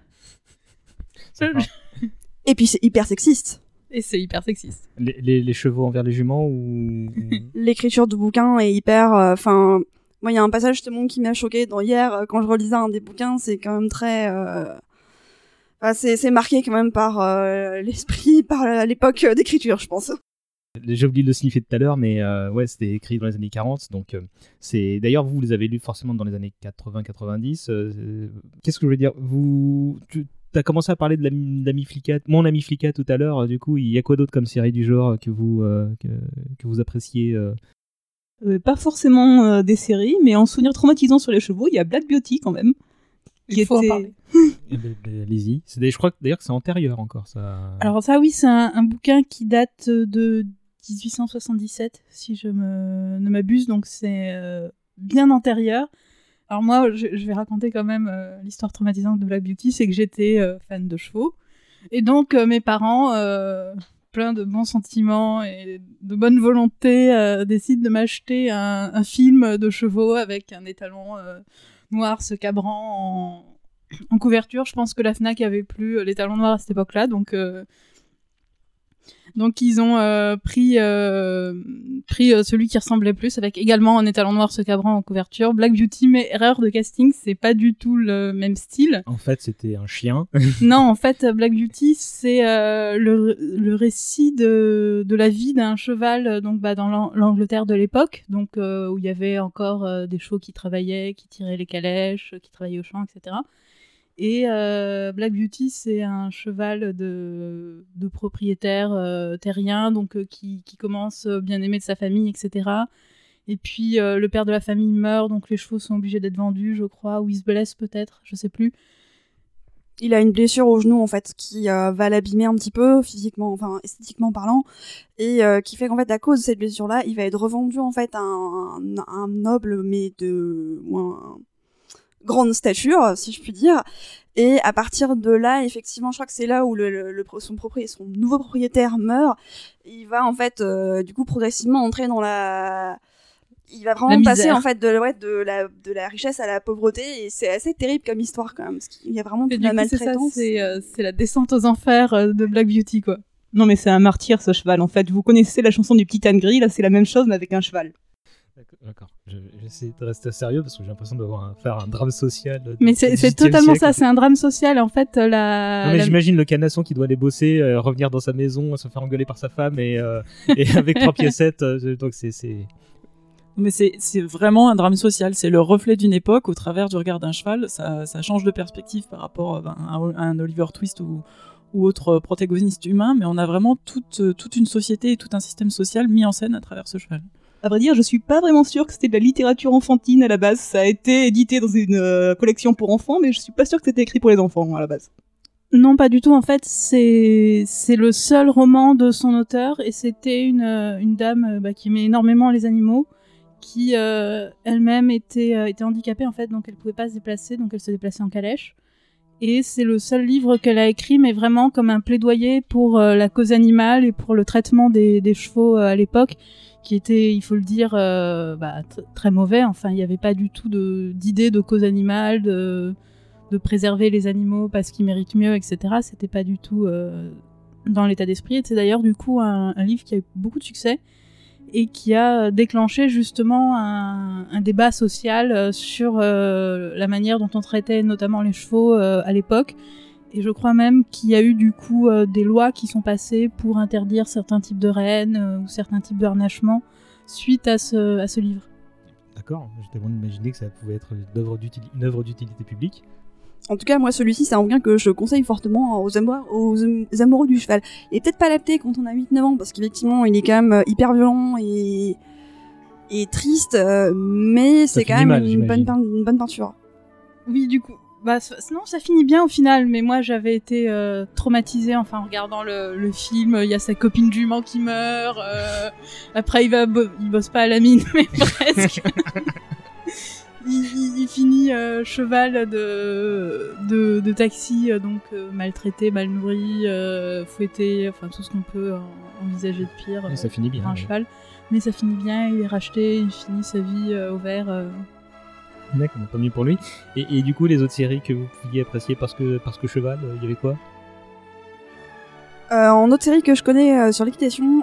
Et puis c'est hyper sexiste. Et c'est hyper sexiste. Les chevaux envers les juments ou... L'écriture du bouquin est hyper... Enfin, moi, il y a un passage justement qui m'a choquée hier, quand je relisais un des bouquins, c'est quand même très... c'est marqué quand même par l'esprit, par l'époque d'écriture, je pense. J'ai oublié de le signifier tout à l'heure, mais ouais, c'était écrit dans les années 40, donc c'est... D'ailleurs, vous les avez lus forcément dans les années 80-90. Qu'est-ce que je veux dire ? T'as commencé à parler de mon ami Flicka tout à l'heure, du coup, il y a quoi d'autre comme série du genre que vous appréciez Pas forcément des séries, mais en souvenir traumatisant sur les chevaux, il y a Black Beauty quand même. Il faut en parler. Allez-y. Je crois d'ailleurs que c'est antérieur encore, ça. Alors ça, oui, c'est un bouquin qui date de 1877, si je ne m'abuse, donc c'est bien antérieur. Alors moi, je vais raconter quand même l'histoire traumatisante de Black Beauty, c'est que j'étais fan de chevaux, et donc mes parents, pleins de bons sentiments et de bonne volonté, décident de m'acheter un film de chevaux avec un étalon noir se cabrant en couverture. Je pense que la Fnac avait plus l'étalon noir à cette époque-là, donc ils ont pris celui qui ressemblait plus, avec également un étalon noir se cabrant en couverture. Black Beauty, mais erreur de casting, c'est pas du tout le même style. En fait, c'était un chien. Non, en fait, Black Beauty, c'est le récit de la vie d'un cheval donc dans l'Angleterre de l'époque, donc où il y avait encore des chevaux qui travaillaient, qui tiraient les calèches, qui travaillaient au champ, etc. Et Black Beauty, c'est un cheval de propriétaire terrien, donc qui commence bien aimé de sa famille, etc. Et puis le père de la famille meurt, donc les chevaux sont obligés d'être vendus, je crois, ou ils se blessent peut-être, je sais plus. Il a une blessure au genou en fait qui va l'abîmer un petit peu physiquement, enfin esthétiquement parlant, et qui fait qu'en fait à cause de cette blessure-là, il va être revendu en fait à un noble mais de moins grande stature, si je puis dire. Et à partir de là, effectivement, je crois que c'est là où son nouveau propriétaire meurt. Il va en fait, du coup, progressivement entrer dans il va vraiment passer en fait de la richesse à la pauvreté, et c'est assez terrible comme histoire quand même, parce qu'il y a vraiment de la maltraitance. C'est la descente aux enfers de Black Beauty, quoi. Non, mais c'est un martyr, ce cheval. En fait, vous connaissez la chanson du petit âne gris, là, c'est la même chose, mais avec un cheval. D'accord. J'essaie de rester sérieux parce que j'ai l'impression de faire un drame social. Mais c'est totalement ça, c'est un drame social. En fait, j'imagine le canasson qui doit aller bosser, revenir dans sa maison, se faire engueuler par sa femme et avec 3 piécettes. Donc Mais c'est vraiment un drame social. C'est le reflet d'une époque au travers du regard d'un cheval. Ça change de perspective par rapport à un Oliver Twist ou autre protagoniste humain. Mais on a vraiment toute une société et tout un système social mis en scène à travers ce cheval. À vrai dire, je suis pas vraiment sûre que c'était de la littérature enfantine à la base. Ça a été édité dans une collection pour enfants, mais je suis pas sûre que c'était écrit pour les enfants à la base. Non, pas du tout. En fait, c'est le seul roman de son auteur, et c'était une dame qui aimait énormément les animaux, qui elle-même était handicapée en fait, donc elle pouvait pas se déplacer, donc elle se déplaçait en calèche. Et c'est le seul livre qu'elle a écrit, mais vraiment comme un plaidoyer pour la cause animale et pour le traitement des chevaux à l'époque, qui était, il faut le dire, très mauvais. Enfin, il n'y avait pas du tout d'idée de cause animale, de préserver les animaux parce qu'ils méritent mieux, etc. C'était pas du tout dans l'état d'esprit. Et c'est d'ailleurs du coup un livre qui a eu beaucoup de succès et qui a déclenché justement un débat social sur la manière dont on traitait notamment les chevaux à l'époque. Et je crois même qu'il y a eu du coup des lois qui sont passées pour interdire certains types de rênes ou certains types de harnachements suite à ce livre. D'accord, j'étais loin d'imaginer que ça pouvait être une œuvre d'utilité publique. En tout cas, moi, celui-ci, c'est un bouquin que je conseille fortement aux amoureux du cheval. Il est peut-être pas adapté quand on a 8-9 ans, parce qu'effectivement, il est quand même hyper violent et triste, mais c'est quand même une bonne peinture. Oui, du coup. Non, ça finit bien au final, mais moi j'avais été traumatisée en regardant le film. Il y a sa copine jument qui meurt, après il bosse pas à la mine, mais presque. il finit cheval de taxi, donc maltraité, mal nourri, fouetté, enfin tout ce qu'on peut envisager de pire. Et ça finit bien. Un cheval. Mais ça finit bien, il est racheté, il finit sa vie au vert. D'accord, pas mieux pour lui. Et du coup, les autres séries que vous pouviez apprécier parce que cheval, il y avait quoi? En autre série que je connais sur l'équitation,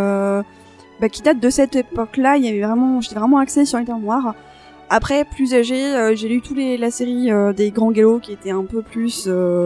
qui date de cette époque-là, j'étais vraiment axée sur l'étalon noir. Après, plus âgée, j'ai lu la série des Grands Galops qui étaient un peu plus,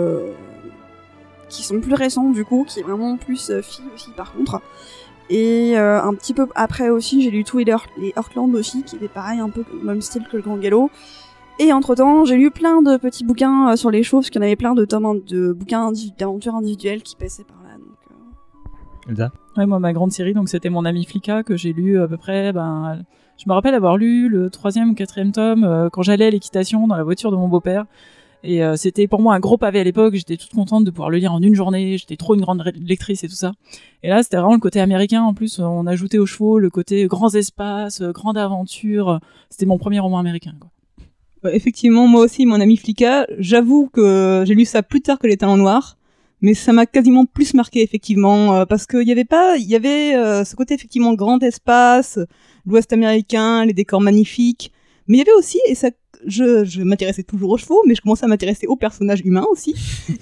qui sont plus récents du coup, qui est vraiment plus filles aussi par contre. Et un petit peu après aussi, j'ai lu tous les Heartland aussi, qui étaient pareil, un peu le même style que le Grand Galop. Et entre-temps, j'ai lu plein de petits bouquins sur les chevaux, parce qu'il y en avait plein de tomes de bouquins d'aventures individuelles qui passaient par là. Donc, Elsa? Ouais, moi, ma grande série, donc c'était Mon ami Flicka, que j'ai lu à peu près, je me rappelle avoir lu le 3e ou 4e tome quand j'allais à l'équitation dans la voiture de mon beau-père. Et c'était pour moi un gros pavé à l'époque, j'étais toute contente de pouvoir le lire en une journée, j'étais trop une grande lectrice et tout ça. Et là, c'était vraiment le côté américain, en plus, on ajoutait aux chevaux le côté grands espaces, grande aventure, c'était mon premier roman américain, quoi. Effectivement, moi aussi, Mon ami Flicka, j'avoue que j'ai lu ça plus tard que Les Talons Noirs, mais ça m'a quasiment plus marqué, effectivement, parce qu'il y avait ce côté, effectivement, grand espace, l'Ouest américain, les décors magnifiques, mais il y avait aussi, et ça, je m'intéressais toujours aux chevaux, mais je commençais à m'intéresser aux personnages humains aussi.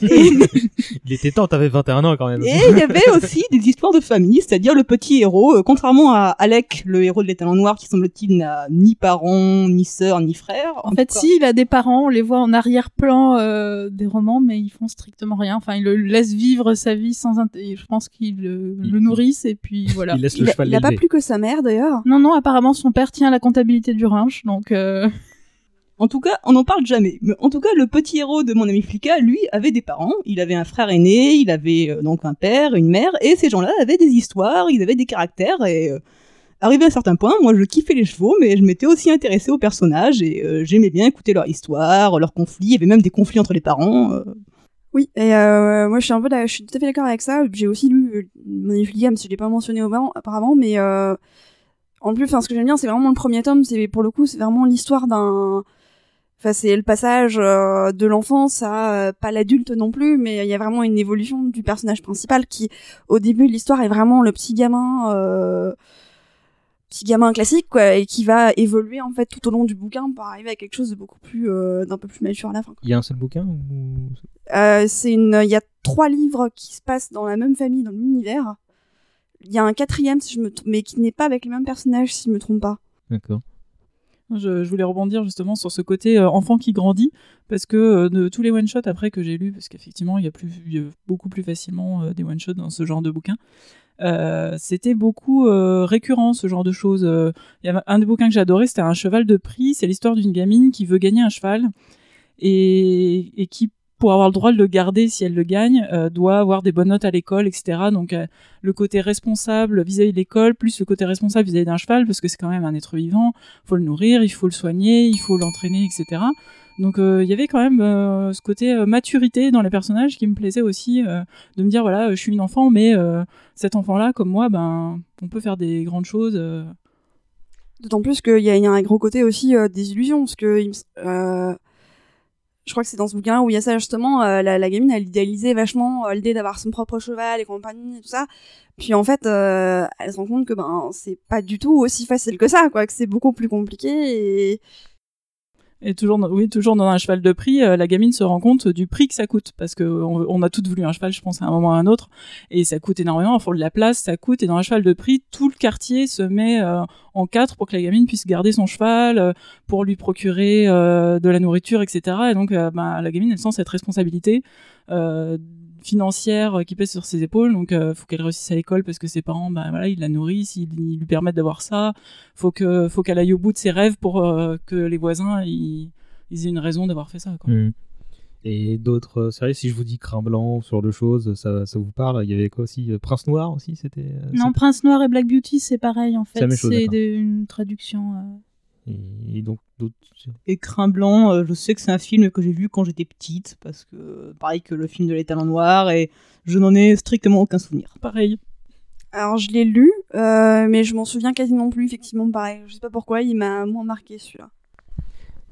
Il était temps, t'avais 21 ans quand même. Et il y avait aussi des histoires de famille, c'est-à-dire le petit héros, contrairement à Alec, le héros de Les Talons Noirs, qui semble-t-il n'a ni parents, ni sœurs, ni frères. En fait, si, il a des parents, on les voit en arrière-plan des romans, mais ils font strictement rien. Enfin, ils le laissent vivre sa vie sans je pense qu'ils le nourrissent, et puis voilà. Il laisse le cheval il a pas l'élever. plus que sa mère, d'ailleurs. Non, apparemment, son père tient la comptabilité du ranch, donc... En tout cas, on n'en parle jamais. Mais en tout cas, le petit héros de Mon ami Flicka, lui, avait des parents. Il avait un frère aîné, il avait donc un père, une mère, et ces gens-là avaient des histoires, ils avaient des caractères, et arrivé à un certain point, moi je kiffais les chevaux, mais je m'étais aussi intéressée aux personnages, et j'aimais bien écouter leur histoire, leurs conflits, il y avait même des conflits entre les parents. Oui, et moi je suis tout à fait d'accord avec ça. J'ai aussi lu Mon ami Flicka, même si je l'ai pas mentionné auparavant, mais en plus, ce que j'aime bien, c'est vraiment le premier tome, pour le coup, c'est vraiment l'histoire d'un... Enfin, c'est le passage de l'enfance à pas l'adulte non plus, mais il y a vraiment une évolution du personnage principal qui, au début de l'histoire, est vraiment le petit gamin classique, quoi, et qui va évoluer en fait tout au long du bouquin pour arriver à quelque chose de beaucoup plus d'un peu plus mature à la fin. Il y a un seul bouquin ou... Il y a 3 livres qui se passent dans la même famille, dans l'univers. Il y a un 4e, mais qui n'est pas avec les mêmes personnages, si je me trompe pas. D'accord. Je voulais rebondir justement sur ce côté enfant qui grandit, parce que de tous les one-shots après que j'ai lus, parce qu'effectivement il y a beaucoup plus facilement des one-shots dans ce genre de bouquins, c'était beaucoup récurrent ce genre de choses. Il y a un des bouquins que j'ai adoré, c'était Un cheval de prix, c'est l'histoire d'une gamine qui veut gagner un cheval et qui, pour avoir le droit de le garder si elle le gagne, doit avoir des bonnes notes à l'école, etc. Donc le côté responsable vis-à-vis de l'école, plus le côté responsable vis-à-vis d'un cheval, parce que c'est quand même un être vivant, il faut le nourrir, il faut le soigner, il faut l'entraîner, etc. Donc il y avait quand même ce côté maturité dans les personnages qui me plaisait aussi, de me dire voilà, je suis une enfant, mais cet enfant-là, comme moi, on peut faire des grandes choses. D'autant plus qu'il y a un gros côté aussi des illusions, parce que je crois que c'est dans ce bouquin où il y a ça justement, la gamine elle idéalisait vachement l'idée d'avoir son propre cheval et compagnie et tout ça, puis en fait elle se rend compte que c'est pas du tout aussi facile que ça, quoi, que c'est beaucoup plus compliqué. Et toujours dans Un cheval de prix, la gamine se rend compte du prix que ça coûte, parce que on a toutes voulu un cheval, je pense, à un moment ou à un autre, et ça coûte énormément, il faut de la place, ça coûte, et dans Un cheval de prix, tout le quartier se met en 4 pour que la gamine puisse garder son cheval, pour lui procurer de la nourriture, etc. Et donc la gamine, elle sent cette responsabilité financière qui pèse sur ses épaules, donc faut qu'elle réussisse à l'école parce que ses parents ils la nourrissent, ils lui permettent d'avoir ça, faut qu'elle aille au bout de ses rêves pour que les voisins ils aient une raison d'avoir fait ça, quoi. Et d'autres séries, si je vous dis Crin Blanc, ce genre de choses, ça vous parle? Il y avait quoi aussi? Prince Noir aussi, c'était... Non, Prince Noir et Black Beauty, c'est pareil en fait, c'est la même chose, une traduction... Et donc d'autres... Et Crin Blanc, je sais que c'est un film que j'ai vu quand j'étais petite, parce que pareil que le film de Les Talons Noirs, et je n'en ai strictement aucun souvenir. Pareil. Alors je l'ai lu, mais je m'en souviens quasiment plus, effectivement, pareil. Je sais pas pourquoi, il m'a moins marqué celui-là.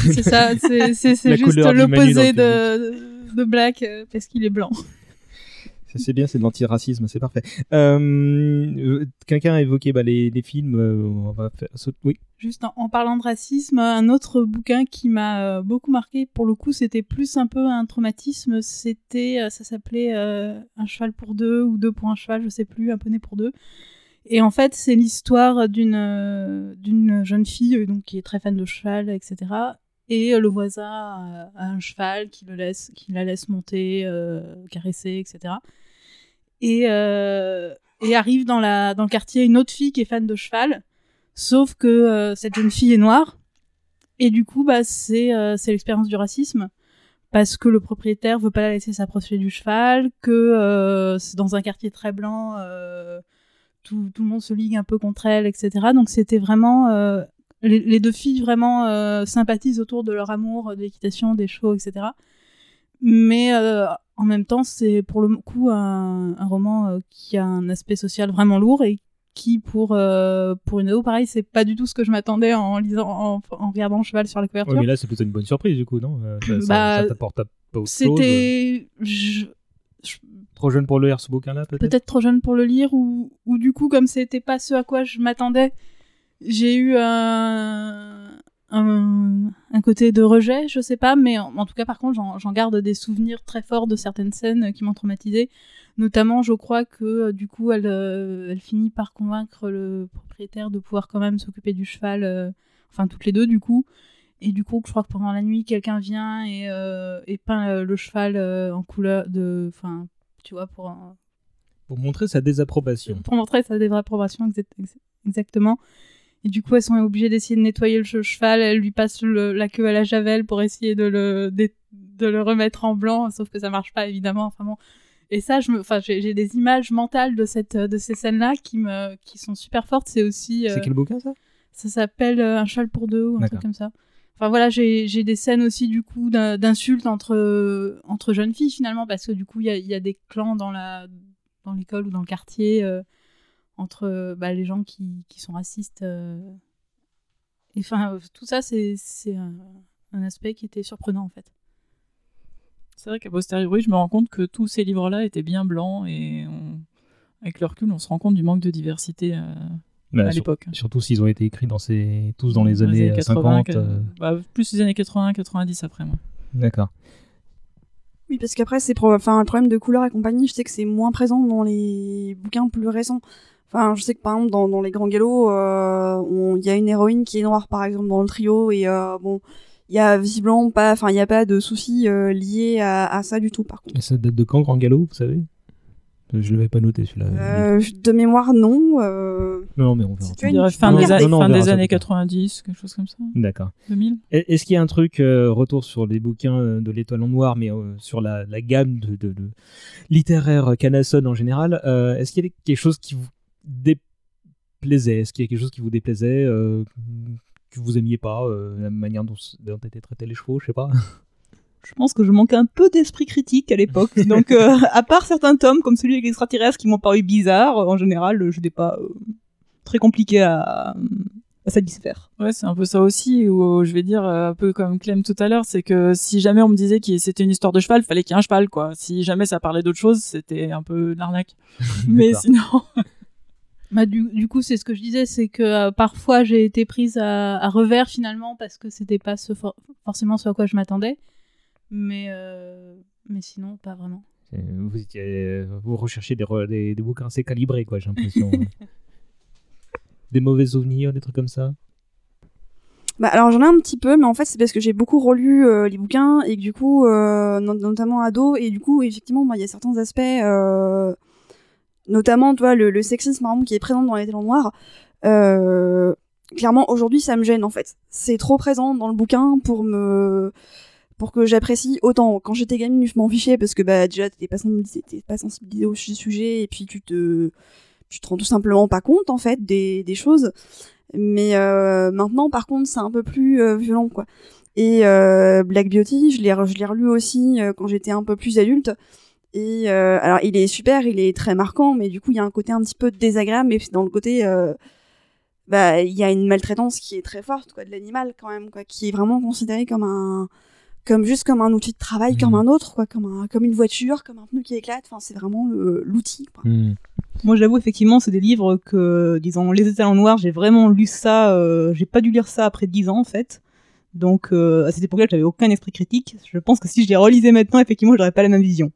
C'est ça, c'est La juste couleur du menu l'opposé dans le de Black parce qu'il est blanc. C'est bien, c'est de l'antiracisme, c'est parfait. Quelqu'un a évoqué les films, on va faire... Oui. Juste en parlant de racisme, un autre bouquin qui m'a beaucoup marqué, pour le coup, c'était plus un peu un traumatisme, ça s'appelait Un cheval pour deux ou deux pour un cheval, je sais plus, un poney pour deux. Et en fait, c'est l'histoire d'une jeune fille donc qui est très fan de cheval, etc. Et le voisin a un cheval qui la laisse monter, caresser, etc. Et arrive dans le quartier une autre fille qui est fan de cheval, sauf que cette jeune fille est noire. Et du coup, c'est l'expérience du racisme, parce que le propriétaire veut pas la laisser s'approcher du cheval, que c'est dans un quartier très blanc, tout le monde se ligue un peu contre elle, etc. Donc c'était vraiment... les deux filles vraiment sympathisent autour de leur amour de l'équitation, des chevaux, etc. Mais en même temps, c'est pour le coup un roman qui a un aspect social vraiment lourd et qui, pour une ado, pareil, c'est pas du tout ce que je m'attendais en regardant le cheval sur la couverture. Oui, mais là, c'est plutôt une bonne surprise, du coup, non ça t'apporte pas autre chose. C'était... Trop jeune pour lire ce bouquin-là, peut-être. Peut-être trop jeune pour le lire, ou du coup, comme c'était pas ce à quoi je m'attendais, j'ai eu un côté de rejet, je sais pas, mais en tout cas, par contre, j'en garde des souvenirs très forts de certaines scènes qui m'ont traumatisée. Notamment, je crois que du coup, elle finit par convaincre le propriétaire de pouvoir quand même s'occuper du cheval, enfin toutes les deux du coup. Et du coup, je crois que pendant la nuit, quelqu'un vient et peint le cheval en couleur de, enfin, tu vois, pour montrer sa désapprobation. Pour montrer sa désapprobation, exactement. Et du coup, elles sont obligées d'essayer de nettoyer le cheval. Elle lui passe la queue à la javel pour essayer de le remettre en blanc, sauf que ça marche pas, évidemment. Enfin bon. Et ça, j'ai des images mentales de ces scènes-là qui sont super fortes. C'est aussi. C'est quel bouquin, ça ? Ça s'appelle Un cheval pour deux ou un truc comme ça. Enfin voilà, j'ai des scènes aussi du coup d'insultes entre jeunes filles finalement, parce que du coup il y a des clans dans l'école ou dans le quartier. Entre les gens qui sont racistes. Et enfin, tout ça, c'est un aspect qui était surprenant, en fait. C'est vrai qu'à posteriori, je me rends compte que tous ces livres-là étaient bien blancs, et avec le recul, on se rend compte du manque de diversité à l'époque. Surtout s'ils ont été écrits tous dans les années 50. Plus les années 80, 90 après, moi. D'accord. Oui, parce qu'après, le problème de couleur et compagnie, je sais que c'est moins présent dans les bouquins plus récents. Enfin, je sais que par exemple dans les Grands Galops, il y a une héroïne qui est noire par exemple dans le trio et il y a visiblement pas, enfin il y a pas de soucis liés à ça du tout par contre. Et ça date de quand Grand Galop, vous savez ? Je l'avais pas noté celui-là. De mémoire non. Non mais on verra. Tu dirais fin des années 90, quelque chose comme ça. D'accord. 2000. Est-ce qu'il y a un truc, retour sur les bouquins de l'Étoile en Noir, mais sur la gamme de littéraire Canasson en général, est-ce qu'il y a quelque chose qui vous déplaisait ? Est-ce qu'il y a quelque chose qui vous déplaisait, que vous aimiez pas, la manière dont étaient traités les chevaux, je sais pas. Je pense que je manquais un peu d'esprit critique à l'époque. Donc, à part certains tomes, comme celui avec l'extraterrestre, qui m'ont paru bizarres, en général, je n'étais pas très compliqué à satisfaire. Ouais, c'est un peu ça aussi, où je vais dire, un peu comme Clem tout à l'heure, c'est que si jamais on me disait que c'était une histoire de cheval, il fallait qu'il y ait un cheval, quoi. Si jamais ça parlait d'autre chose, c'était un peu de l'arnaque. Mais sinon... Du coup, c'est ce que je disais, c'est que parfois j'ai été prise à revers finalement parce que c'était pas forcément ce à quoi je m'attendais, mais sinon pas vraiment. Vous recherchez des bouquins assez calibrés, quoi, j'ai l'impression. Des mauvais souvenirs, des trucs comme ça. Alors j'en ai un petit peu, mais en fait c'est parce que j'ai beaucoup relu les bouquins et que du coup, notamment ado, et du coup effectivement il y a certains aspects. Notamment, tu vois, le sexisme, par exemple, qui est présent dans les Talons Noirs. Clairement, aujourd'hui, ça me gêne, en fait. C'est trop présent dans le bouquin pour que j'apprécie autant. Quand j'étais gamine, je m'en fichais parce que, déjà, t'étais pas sensibilisée au sujet et puis tu te rends tout simplement pas compte, en fait, des choses. Mais maintenant, par contre, c'est un peu plus violent, quoi. Et Black Beauty, je l'ai relu aussi quand j'étais un peu plus adulte. Et alors il est super, il est très marquant, mais du coup il y a un côté un petit peu désagréable, mais dans le côté bah il y a une maltraitance qui est très forte quoi de l'animal quand même quoi, qui est vraiment considéré comme un outil de travail comme un autre quoi, comme une voiture, comme un pneu qui éclate, enfin c'est vraiment l'outil quoi. Moi j'avoue effectivement c'est des livres que disons Les Étalons Noirs, j'ai vraiment lu ça, j'ai pas dû lire ça après 10 ans en fait. Donc à cette époque-là, j'avais aucun esprit critique. Je pense que si je les relisais maintenant, effectivement, j'aurais pas la même vision.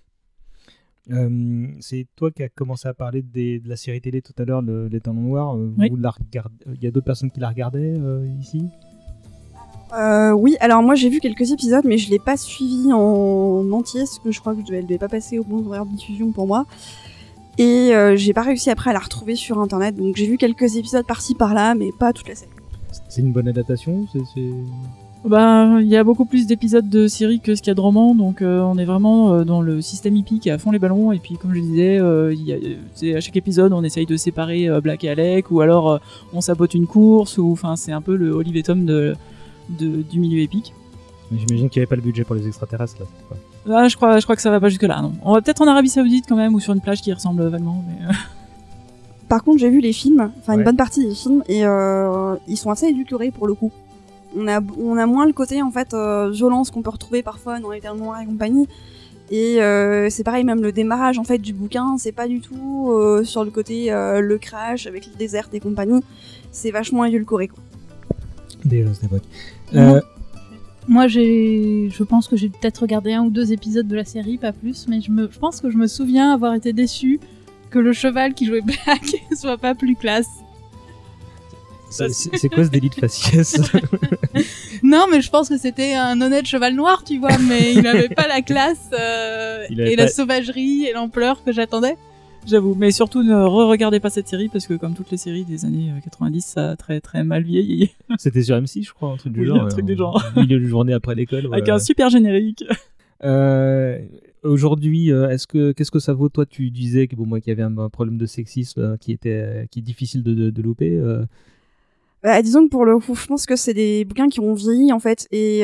C'est toi qui as commencé à parler de la série télé tout à l'heure, Les Talons Noirs. Oui. Il y a d'autres personnes qui la regardaient ici. Oui, alors moi j'ai vu quelques épisodes, mais je l'ai pas suivi en entier, parce que je crois que elle devait pas passer au bon horaire de diffusion pour moi. Et j'ai pas réussi après à la retrouver sur internet, donc j'ai vu quelques épisodes par-ci par-là, mais pas toute la série. C'est une bonne adaptation Bah, il y a beaucoup plus d'épisodes de série que ce qu'il y a de romans, donc on est vraiment dans le système hippique à fond les ballons. Et puis, comme je disais, à chaque épisode, on essaye de séparer Black et Alec, ou alors on sabote une course, ou enfin, c'est un peu le Olive et Tom du milieu épique. Mais j'imagine qu'il n'y avait pas le budget pour les extraterrestres là. Quoi. Ah, je crois que ça va pas jusque là. Non. On va peut-être en Arabie Saoudite quand même, ou sur une plage qui ressemble vaguement. Mais... Par contre, j'ai vu les films, enfin une bonne partie des films, et ils sont assez édulcorés pour le coup. On a moins le côté en fait violence qu'on peut retrouver parfois dans Les Talons Noirs et compagnie. Et c'est pareil, même le démarrage en fait du bouquin, c'est pas du tout sur le côté le crash avec le désert et compagnie. C'est vachement édulcoré quoi. Déjà cette époque. Moi, je pense que j'ai peut-être regardé 1 ou 2 épisodes de la série, pas plus, mais je pense que je me souviens avoir été déçue que le cheval qui jouait Black soit pas plus classe. C'est quoi ce délit de faciès? Non, mais je pense que c'était un honnête cheval noir, tu vois, mais il avait pas la classe la sauvagerie et l'ampleur que j'attendais. J'avoue, mais surtout ne re-regardez pas cette série parce que comme toutes les séries des années 90, ça a très très mal vieilli. C'était sur M6, je crois, un truc du oui, genre. Un truc du genre. Milieu de journée après l'école. Avec un super générique. Aujourd'hui, qu'est-ce que ça vaut? Toi, tu disais que moi, qu'il y avait un problème de sexisme qui est difficile de louper. Bah, disons que pour le coup, je pense que c'est des bouquins qui ont vieilli en fait, et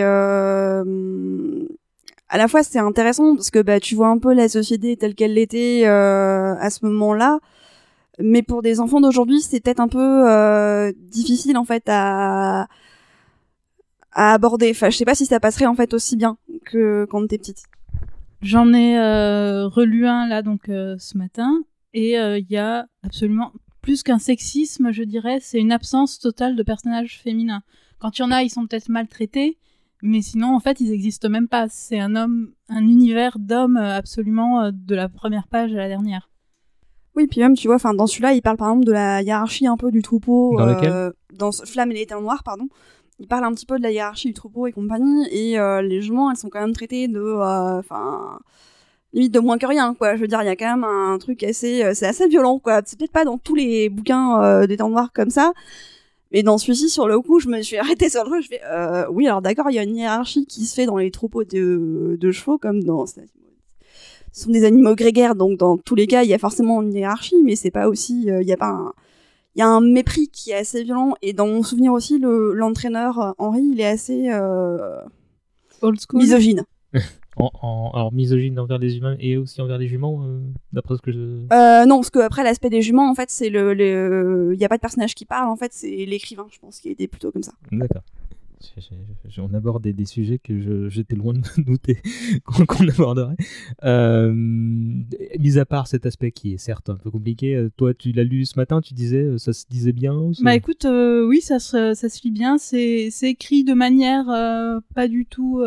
à la fois c'est intéressant parce que bah tu vois un peu la société telle qu'elle l'était à ce moment-là, mais pour des enfants d'aujourd'hui, c'est peut-être un peu difficile en fait à aborder. Enfin, je sais pas si ça passerait en fait aussi bien que quand t'es petite. J'en ai relu un là donc ce matin, et il y a absolument plus qu'un sexisme, je dirais, c'est une absence totale de personnages féminins. Quand il y en a, ils sont peut-être maltraités, mais sinon, en fait, ils n'existent même pas. C'est un univers d'hommes absolument de la première page à la dernière. Oui, puis même, tu vois, dans celui-là, il parle par exemple de la hiérarchie un peu du troupeau. Dans lequel ? Dans Flamme et les Talons Noirs, pardon. Il parle un petit peu de la hiérarchie du troupeau et compagnie, et les juments, elles sont quand même traitées limite de moins que rien, quoi. Je veux dire, il y a quand même un truc c'est assez violent, quoi. C'est peut-être pas dans tous les bouquins des Talons Noirs comme ça, mais dans celui-ci, sur le coup, je me suis arrêtée sur le truc, je fais, oui, alors d'accord, il y a une hiérarchie qui se fait dans les troupeaux de chevaux, comme ce sont des animaux grégaires, donc dans tous les cas, il y a forcément une hiérarchie, mais c'est pas aussi, il y a un mépris qui est assez violent, et dans mon souvenir aussi, l'entraîneur, Henri, il est assez, old school. Misogyne. Alors misogyne envers les humains et aussi envers les juments, d'après ce que je... Non, parce que après l'aspect des juments, en fait, c'est il y a pas de personnage qui parle, en fait, c'est l'écrivain, je pense, qui était plutôt comme ça. D'accord. On aborde des sujets que j'étais loin de me douter qu'on aborderait. Mis à part cet aspect qui est certes un peu compliqué, toi tu l'as lu ce matin, tu disais ça se disait bien ou Bah écoute, oui, ça se lit bien, c'est écrit de manière pas du tout...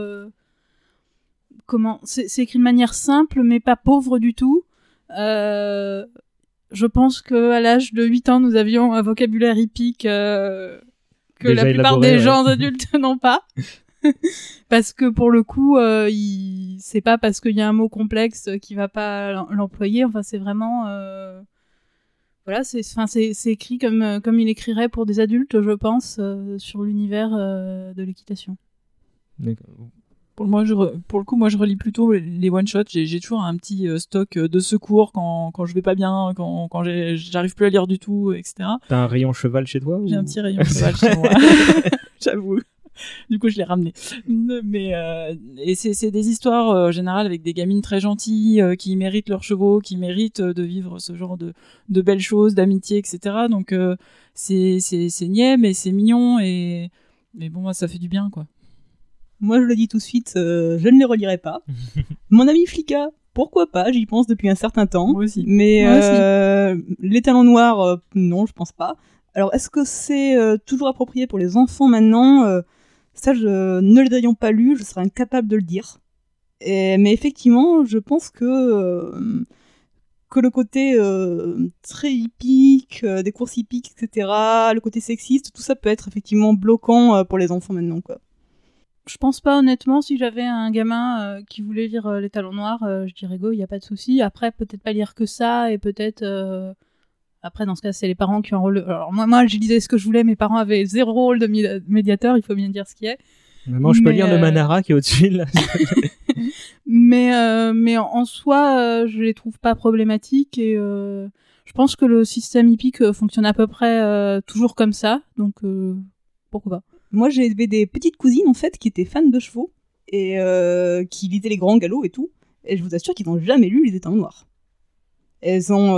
c'est écrit de manière simple, mais pas pauvre du tout. Je pense qu'à l'âge de 8 ans, nous avions un vocabulaire hippique que déjà la plupart des gens adultes n'ont pas. Parce que pour le coup, c'est pas parce qu'il y a un mot complexe qu'il va pas l'employer. Enfin, c'est vraiment... Voilà, c'est écrit comme il écrirait pour des adultes, je pense, sur l'univers de l'équitation. D'accord. Pour le coup, moi, je relis plutôt les one-shots. J'ai toujours un petit stock de secours quand je vais pas bien, quand j'arrive plus à lire du tout, etc. T'as un rayon cheval chez toi J'ai un petit rayon cheval chez moi. J'avoue. Du coup, je l'ai ramené. Mais et c'est des histoires générales avec des gamines très gentilles qui méritent leurs chevaux, qui méritent de vivre ce genre de belles choses, d'amitié, etc. Donc c'est niais, mais c'est mignon mais bon, ça fait du bien, quoi. Moi, je le dis tout de suite, je ne les relirai pas. Mon ami Flicka, pourquoi pas, j'y pense depuis un certain temps. Moi aussi. Mais Moi aussi. Les Talons Noirs, non, je pense pas. Alors, est-ce que c'est toujours approprié pour les enfants maintenant Ça, ne les ayant pas lus, je serais incapable de le dire. Mais effectivement, je pense que le côté très hippique, des courses hippiques, etc., le côté sexiste, tout ça peut être effectivement bloquant pour les enfants maintenant, quoi. Je pense pas, honnêtement. Si j'avais un gamin qui voulait lire Les Talons Noirs, je dirais go, il y a pas de souci. Après, peut-être pas lire que ça, et peut-être... Après, dans ce cas, c'est les parents qui ont un rôle... Alors moi, je lisais ce que je voulais, mes parents avaient zéro rôle de médiateur, il faut bien dire ce qui est. Maman, je peux lire le Manara qui est au-dessus, là. mais en soi, je les trouve pas problématiques, et je pense que le système hippique fonctionne à peu près toujours comme ça, donc pourquoi pas. Moi, j'avais des petites cousines, en fait, qui étaient fans de chevaux, et qui lisaient les grands galops et tout, et je vous assure qu'ils n'ont jamais lu Les Talons Noirs. Elles ont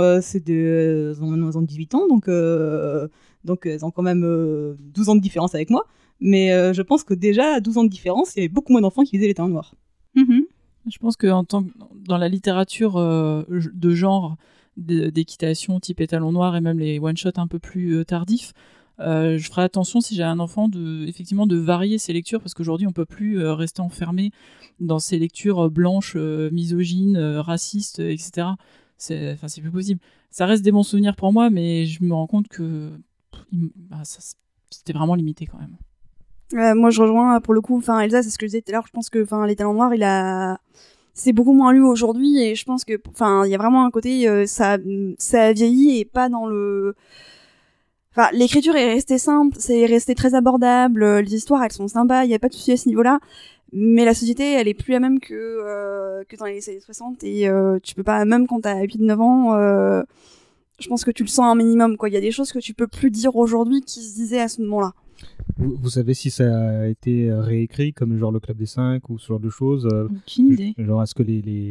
18 ans, donc elles ont quand même 12 ans de différence avec moi, mais je pense que déjà, à 12 ans de différence, il y avait beaucoup moins d'enfants qui lisaient Les Talons Noirs. Mm-hmm. Je pense que dans la littérature de genre d'équitation type Étalon Noir et même les one-shots un peu plus tardifs, je ferai attention si j'ai un enfant effectivement de varier ses lectures, parce qu'aujourd'hui on peut plus rester enfermé dans ces lectures blanches, misogynes, racistes, etc. C'est plus possible. Ça reste des bons souvenirs pour moi, mais je me rends compte que c'était vraiment limité quand même. Moi je rejoins pour le coup, Elsa, c'est ce que je disais tout à l'heure, je pense que Les Talons Noirs, c'est beaucoup moins lu aujourd'hui, et je pense que il y a vraiment un côté ça a vieilli, et pas dans le... l'écriture est restée simple, c'est resté très abordable, les histoires elles sont sympas, il y a pas de souci à ce niveau-là, mais la société elle est plus la même que dans les années 60, et tu peux pas, même quand t'as 8-9 ans, je pense que tu le sens un minimum, quoi. Il y a des choses que tu peux plus dire aujourd'hui qui se disaient à ce moment-là. Vous savez si ça a été réécrit comme genre le Club des 5 ou ce genre de choses? Aucune idée. Genre est-ce que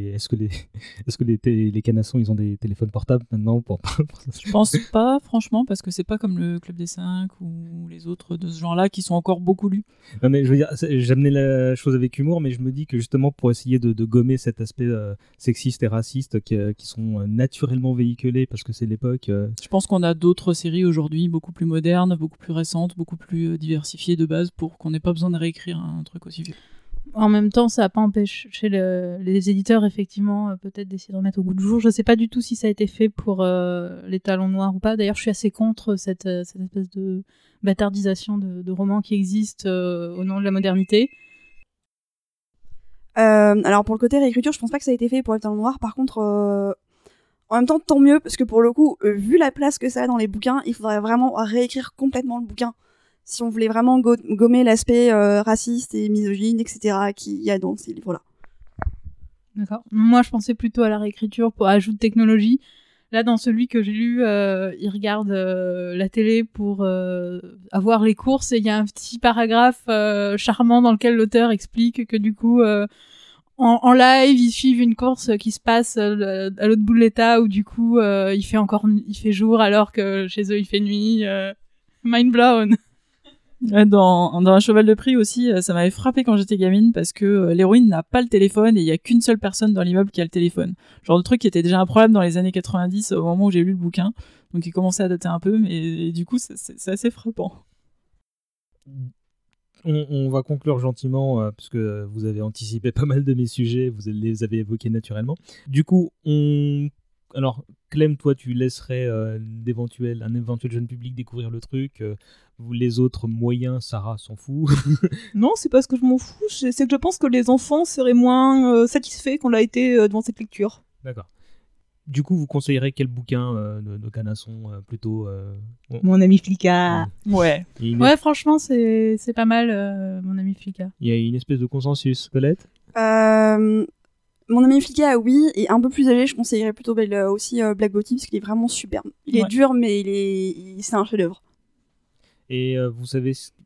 les canassons ils ont des téléphones portables maintenant pour Je pense pas, franchement, parce que c'est pas comme le Club des 5 ou les autres de ce genre-là qui sont encore beaucoup lus. Non mais je veux dire, j'amenais la chose avec humour, mais je me dis que justement pour essayer de gommer cet aspect sexiste et raciste qui sont naturellement véhiculés parce que c'est l'époque. Je pense qu'on a d'autres séries aujourd'hui beaucoup plus modernes, beaucoup plus récentes, beaucoup plus diversifiées de base pour qu'on n'ait pas besoin de réécrire un truc aussi vieux. En même temps, ça n'a pas empêché les éditeurs, effectivement, peut-être d'essayer de remettre au goût du jour. Je ne sais pas du tout si ça a été fait pour Les Talons Noirs ou pas. D'ailleurs, je suis assez contre cette espèce de bâtardisation de romans qui existent au nom de la modernité. Alors, pour le côté réécriture, je pense pas que ça a été fait pour Les Talons Noirs. Par contre, en même temps, tant mieux, parce que pour le coup, vu la place que ça a dans les bouquins, il faudrait vraiment réécrire complètement le bouquin. Si on voulait vraiment gommer l'aspect raciste et misogyne, etc., qu'il y a dans ces livres-là. D'accord. Moi, je pensais plutôt à la réécriture pour ajout de technologie. Là, dans celui que j'ai lu, il regarde la télé pour avoir les courses, et il y a un petit paragraphe charmant dans lequel l'auteur explique que du coup, en live, ils suivent une course qui se passe à l'autre bout de l'État, où du coup, il fait jour alors que chez eux, il fait nuit. Mind blown. Ouais, dans Un cheval de prix aussi, ça m'avait frappé quand j'étais gamine parce que l'héroïne n'a pas le téléphone et il y a qu'une seule personne dans l'immeuble qui a le téléphone. Genre de truc qui était déjà un problème dans les années 90 au moment où j'ai lu le bouquin. Donc il commençait à dater un peu, mais du coup c'est assez frappant. On va conclure gentiment parce que vous avez anticipé pas mal de mes sujets, vous les avez évoqués naturellement. Du coup, alors, Clem, toi, tu laisserais un éventuel jeune public découvrir le truc. Les autres moyens, Sarah s'en fout. Non, c'est pas ce que je m'en fous. C'est que je pense que les enfants seraient moins satisfaits qu'on l'a été devant cette lecture. D'accord. Du coup, vous conseillerez quel bouquin de Canasson plutôt Mon ami Flicka. Ouais. Ouais, franchement, c'est pas mal, Mon ami Flicka. Il y a une espèce de consensus, Colette. Mon ami Flicka, oui, et un peu plus âgé, je conseillerais plutôt aussi Black Bottom, parce qu'il est vraiment superbe. Il est dur, mais c'est un chef-d'œuvre. Et vous savez,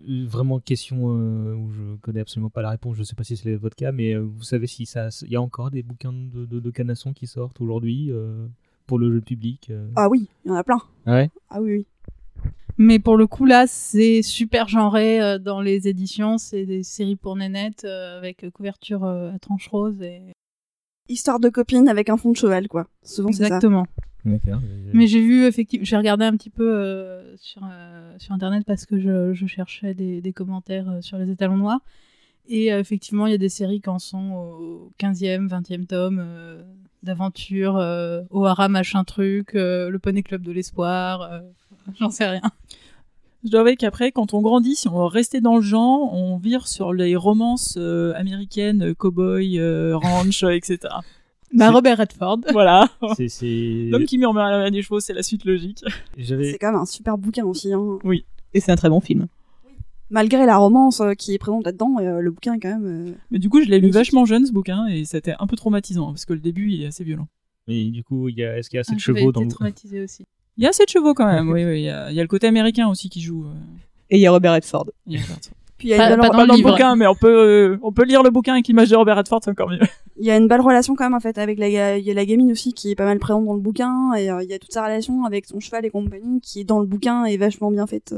Vraiment question où je connais absolument pas la réponse, je sais pas si c'est votre cas, mais vous savez si il y a encore des bouquins de canasson qui sortent aujourd'hui pour le public Ah oui, il y en a plein. Ah ouais. Ah oui, oui. Mais pour le coup, là, c'est super genré dans les éditions. C'est des séries pour nénettes avec couverture à tranche rose. Histoire de copine avec un fond de cheval, quoi. Souvent, c'est ça. Exactement. D'accord. Mais j'ai vu, effectivement, j'ai regardé un petit peu sur Internet parce que je cherchais des commentaires sur les étalons noirs. Et effectivement, il y a des séries qui en sont au 15e, 20e tome d'aventure, O'Hara machin truc, le Poney Club de l'espoir, j'en sais rien. Je dois avouer qu'après, quand on grandit, si on veut rester dans le genre, on vire sur les romances américaines, cowboy, ranch, etc. Bah, Robert Redford. Voilà. C'est... L'homme qui murmure à la des chevaux, c'est la suite logique. C'est quand même un super bouquin aussi. Hein. Oui. Et c'est un très bon film. Malgré la romance qui est présente là-dedans, le bouquin est quand même... Mais du coup, je l'ai lu vachement jeune, ce bouquin, et c'était un peu traumatisant, parce que le début, il est assez violent. Et du coup, est-ce qu'il y a assez de J'avais chevaux dans été le... traumatisée aussi. Il y a assez de chevaux quand même, oui. Il y a le côté américain aussi qui joue. Et il y a Robert Redford. Il y a Robert Redford. Puis il y a pas dans le bouquin, mais on peut lire le bouquin avec l'image de Robert Redford, c'est encore mieux. Il y a une belle relation quand même en fait avec il y a la gamine aussi qui est pas mal présente dans le bouquin et il y a toute sa relation avec son cheval et compagnie qui est dans le bouquin et vachement bien faite.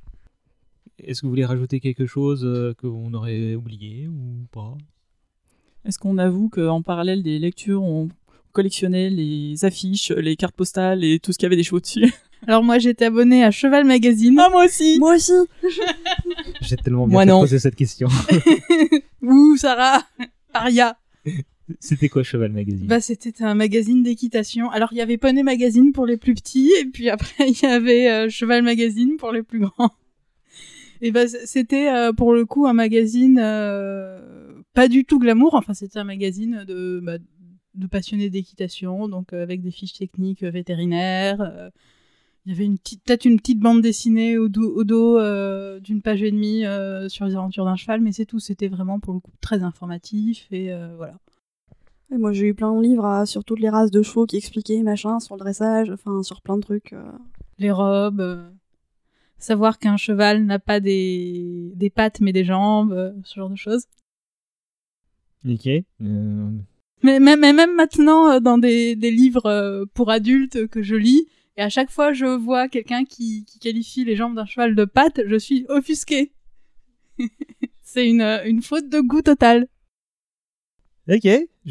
Est-ce que vous voulez rajouter quelque chose qu'on aurait oublié ou pas? Est-ce qu'on avoue qu'en parallèle des lectures, on collectionnait les affiches, les cartes postales et tout ce qui avait des chevaux dessus? Alors moi, j'étais abonnée à Cheval Magazine. Ah, moi aussi. Moi aussi. J'ai tellement bien posé cette question. Ouh, Sarah, paria. C'était quoi Cheval Magazine? Bah, c'était un magazine d'équitation. Alors, il y avait Poney Magazine pour les plus petits, et puis après, il y avait Cheval Magazine pour les plus grands. Et bah, c'était pour le coup un magazine pas du tout glamour. Enfin, c'était un magazine de passionnés d'équitation, donc avec des fiches techniques vétérinaires. Il y avait peut-être une petite bande dessinée au dos d'une page et demie sur les aventures d'un cheval, mais c'est tout. C'était vraiment pour le coup très informatif et voilà. Et moi j'ai eu plein de livres sur toutes les races de chevaux qui expliquaient machin sur le dressage, enfin sur plein de trucs. Les robes, savoir qu'un cheval n'a pas des pattes mais des jambes, ce genre de choses. Ok. Mais même maintenant dans des livres pour adultes que je lis. Et à chaque fois, je vois quelqu'un qui qualifie les jambes d'un cheval de pattes, je suis offusquée. C'est une faute de goût totale. Ok,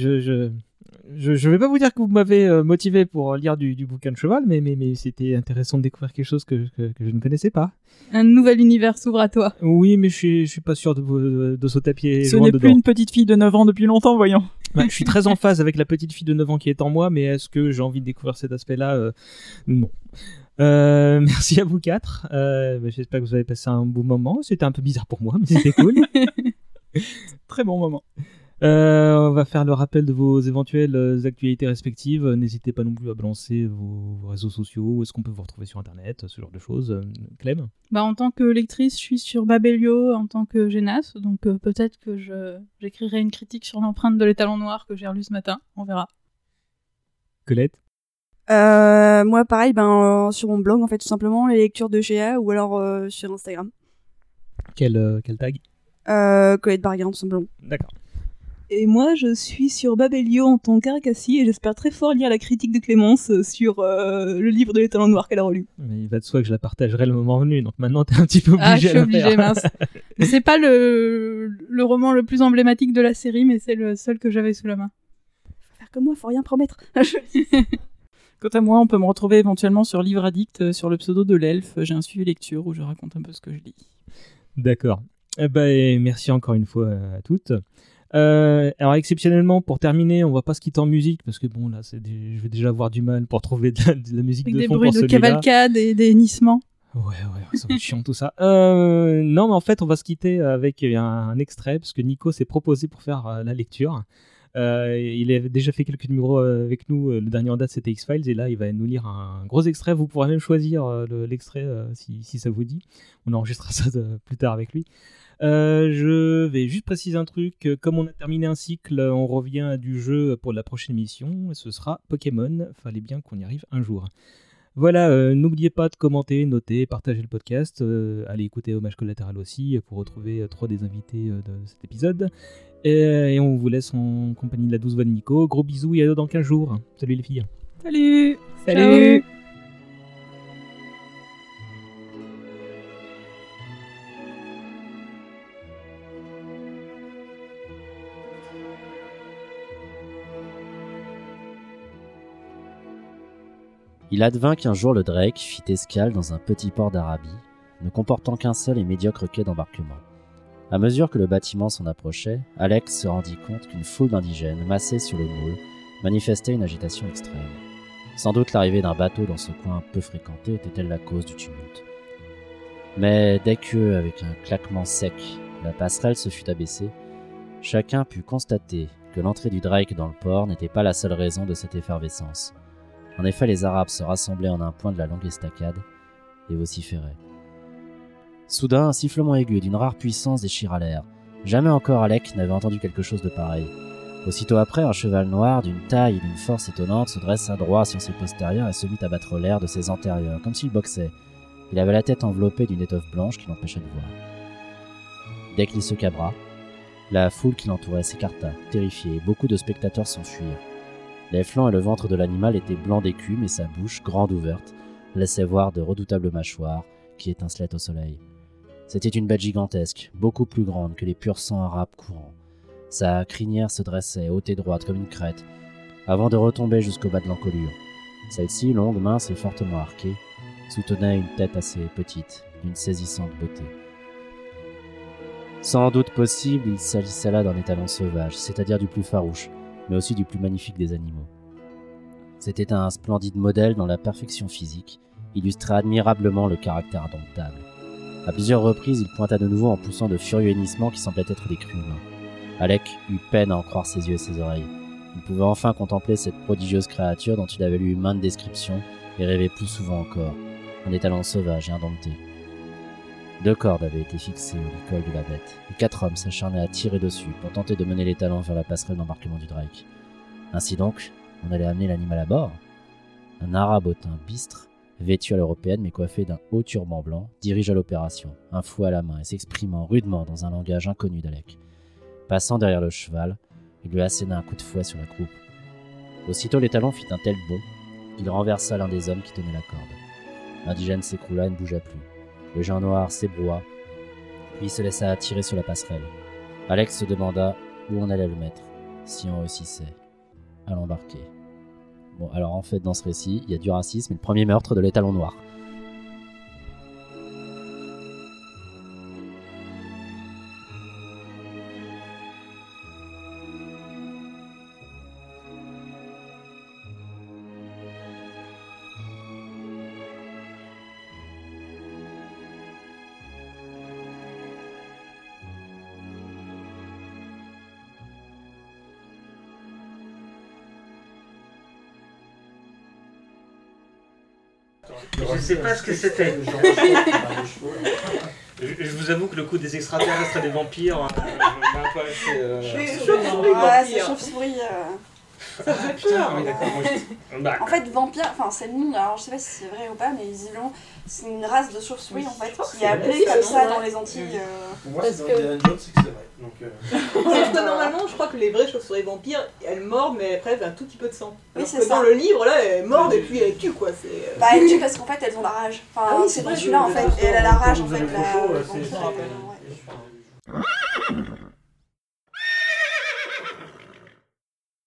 je vais pas vous dire que vous m'avez motivé pour lire du bouquin de cheval, mais c'était intéressant de découvrir quelque chose que je ne connaissais pas. Un nouvel univers s'ouvre à toi. Oui, mais je suis pas sûr de sauter à pied Ce loin n'est dedans. plus une petite fille de 9 ans depuis longtemps, voyons. Ouais, je suis très en phase avec la petite fille de 9 ans qui est en moi, mais est-ce que j'ai envie de découvrir cet aspect-là? Non. Merci à vous quatre. J'espère que vous avez passé un beau moment. C'était un peu bizarre pour moi, mais c'était cool. Très bon moment. On va faire le rappel de vos éventuelles actualités respectives. N'hésitez pas non plus à balancer vos réseaux sociaux. Où est-ce qu'on peut vous retrouver sur Internet, ce genre de choses. Clem? Bah, en tant que lectrice, je suis sur Babelio en tant que Génas, donc peut-être que j'écrirai une critique sur l'empreinte de l'étalon noir que j'ai relu ce matin. On verra. Colette? Moi pareil, sur mon blog en fait tout simplement, les lectures de Géa ou alors sur Instagram. Quel tag? Colette Barguin tout simplement. D'accord. Et moi, je suis sur Babelio en tant qu'Aracassie et j'espère très fort lire la critique de Clémence sur le livre de l'étalon noir qu'elle a relu. Mais il va de soi que je la partagerai le moment venu, donc maintenant t'es un petit peu obligé. Ah, je suis obligée, mince. C'est pas le roman le plus emblématique de la série, mais c'est le seul que j'avais sous la main. Faut faire comme moi, faut rien promettre. Quant à moi, on peut me retrouver éventuellement sur Livre Addict, sur le pseudo de l'Elfe. J'ai un suivi lecture où je raconte un peu ce que je lis. D'accord. Merci encore une fois à toutes. Alors exceptionnellement, pour terminer, on va pas se quitter en musique parce que bon là, je vais déjà avoir du mal pour trouver de la musique avec de des fond bruits pour de celui-là. cavalcade et des hennissements. Ouais, ça va être chiant tout ça. Non, mais en fait, on va se quitter avec un extrait parce que Nico s'est proposé pour faire la lecture. Il avait déjà fait quelques numéros avec nous. Le dernier en date, c'était X-Files, et là, il va nous lire un gros extrait. Vous pourrez même choisir l'extrait si ça vous dit. On enregistrera ça plus tard avec lui. Je vais juste préciser un truc. Comme on a terminé un cycle, on revient à du jeu pour la prochaine émission. Ce sera Pokémon. Fallait bien qu'on y arrive un jour. Voilà, n'oubliez pas de commenter, noter, partager le podcast. Allez écouter Hommage Collatéral aussi pour retrouver 3 des invités de cet épisode. Et on vous laisse en compagnie de la douce voix de Nico. Gros bisous et à dans 15 jours. Salut les filles. Salut. Salut. Ciao. Il advint qu'un jour le Drake fit escale dans un petit port d'Arabie, ne comportant qu'un seul et médiocre quai d'embarquement. À mesure que le bâtiment s'en approchait, Alex se rendit compte qu'une foule d'indigènes, massés sur le môle, manifestait une agitation extrême. Sans doute l'arrivée d'un bateau dans ce coin peu fréquenté était-elle la cause du tumulte. Mais dès que, avec un claquement sec, la passerelle se fut abaissée, chacun put constater que l'entrée du Drake dans le port n'était pas la seule raison de cette effervescence. En effet, les Arabes se rassemblaient en un point de la longue estacade et vociféraient. Soudain, un sifflement aigu d'une rare puissance déchira l'air. Jamais encore Alec n'avait entendu quelque chose de pareil. Aussitôt après, un cheval noir d'une taille et d'une force étonnante se dressa droit sur ses postérieurs et se mit à battre l'air de ses antérieurs, comme s'il boxait. Il avait la tête enveloppée d'une étoffe blanche qui l'empêchait de voir. Dès qu'il se cabra, la foule qui l'entourait s'écarta, terrifiée, et beaucoup de spectateurs s'enfuirent. Les flancs et le ventre de l'animal étaient blancs d'écume et sa bouche, grande ouverte, laissait voir de redoutables mâchoires qui étincelaient au soleil. C'était une bête gigantesque, beaucoup plus grande que les pur sang arabes courants. Sa crinière se dressait, haute et droite comme une crête, avant de retomber jusqu'au bas de l'encolure. Celle-ci, longue, mince et fortement arquée, soutenait une tête assez petite, d'une saisissante beauté. Sans doute possible, il s'agissait là d'un étalon sauvage, c'est-à-dire du plus farouche, mais aussi du plus magnifique des animaux. C'était un splendide modèle dont la perfection physique illustrait admirablement le caractère indomptable. À plusieurs reprises, il pointa de nouveau en poussant de furieux hennissements qui semblaient être des cris humains. Alec eut peine à en croire ses yeux et ses oreilles. Il pouvait enfin contempler cette prodigieuse créature dont il avait lu maintes descriptions et rêvé plus souvent encore, un étalon sauvage et indompté. 2 cordes avaient été fixées au licol de la bête, et 4 hommes s'acharnaient à tirer dessus pour tenter de mener l'étalon vers la passerelle d'embarquement du Drake. Ainsi donc, on allait amener l'animal à bord. Un arabe au teint bistre, vêtu à l'européenne mais coiffé d'un haut turban blanc, dirigea l'opération, un fouet à la main et s'exprimant rudement dans un langage inconnu d'Alec. Passant derrière le cheval, il lui asséna un coup de fouet sur la croupe. Aussitôt l'étalon fit un tel bond qu'il renversa l'un des hommes qui tenait la corde. L'indigène s'écroula et ne bougea plus. Le géant noir s'ébroua, puis se laissa tirer sur la passerelle. Alex se demanda où on allait le mettre, si on réussissait à l'embarquer. Bon, alors en fait, dans ce récit, il y a du racisme et le premier meurtre de l'étalon noir. Je sais pas ce que c'était. Je vous avoue que le coup des extraterrestres et des vampires m'a un peu resté. C'est chauve-souris. Ça fait peur. Oui, d'accord. En fait, vampire, enfin c'est le nom, alors je sais pas si c'est vrai ou pas, mais visiblement c'est une race de chauve-souris en fait qui est appelée comme ça dans les Antilles. Pour moi, c'est dans Indiana Jones, c'est que c'est vrai. Parce que normalement, je crois que les vraies chauves-souris vampires, elles mordent, mais après, elles ont un tout petit peu de sang. Oui, c'est que ça. dans le livre, là, elles mordent et puis elles tuent, quoi. Bah, elles tuent parce qu'en fait, elles ont la rage. Enfin, c'est dans celui-là, en fait. Et elle a la rage, en fait.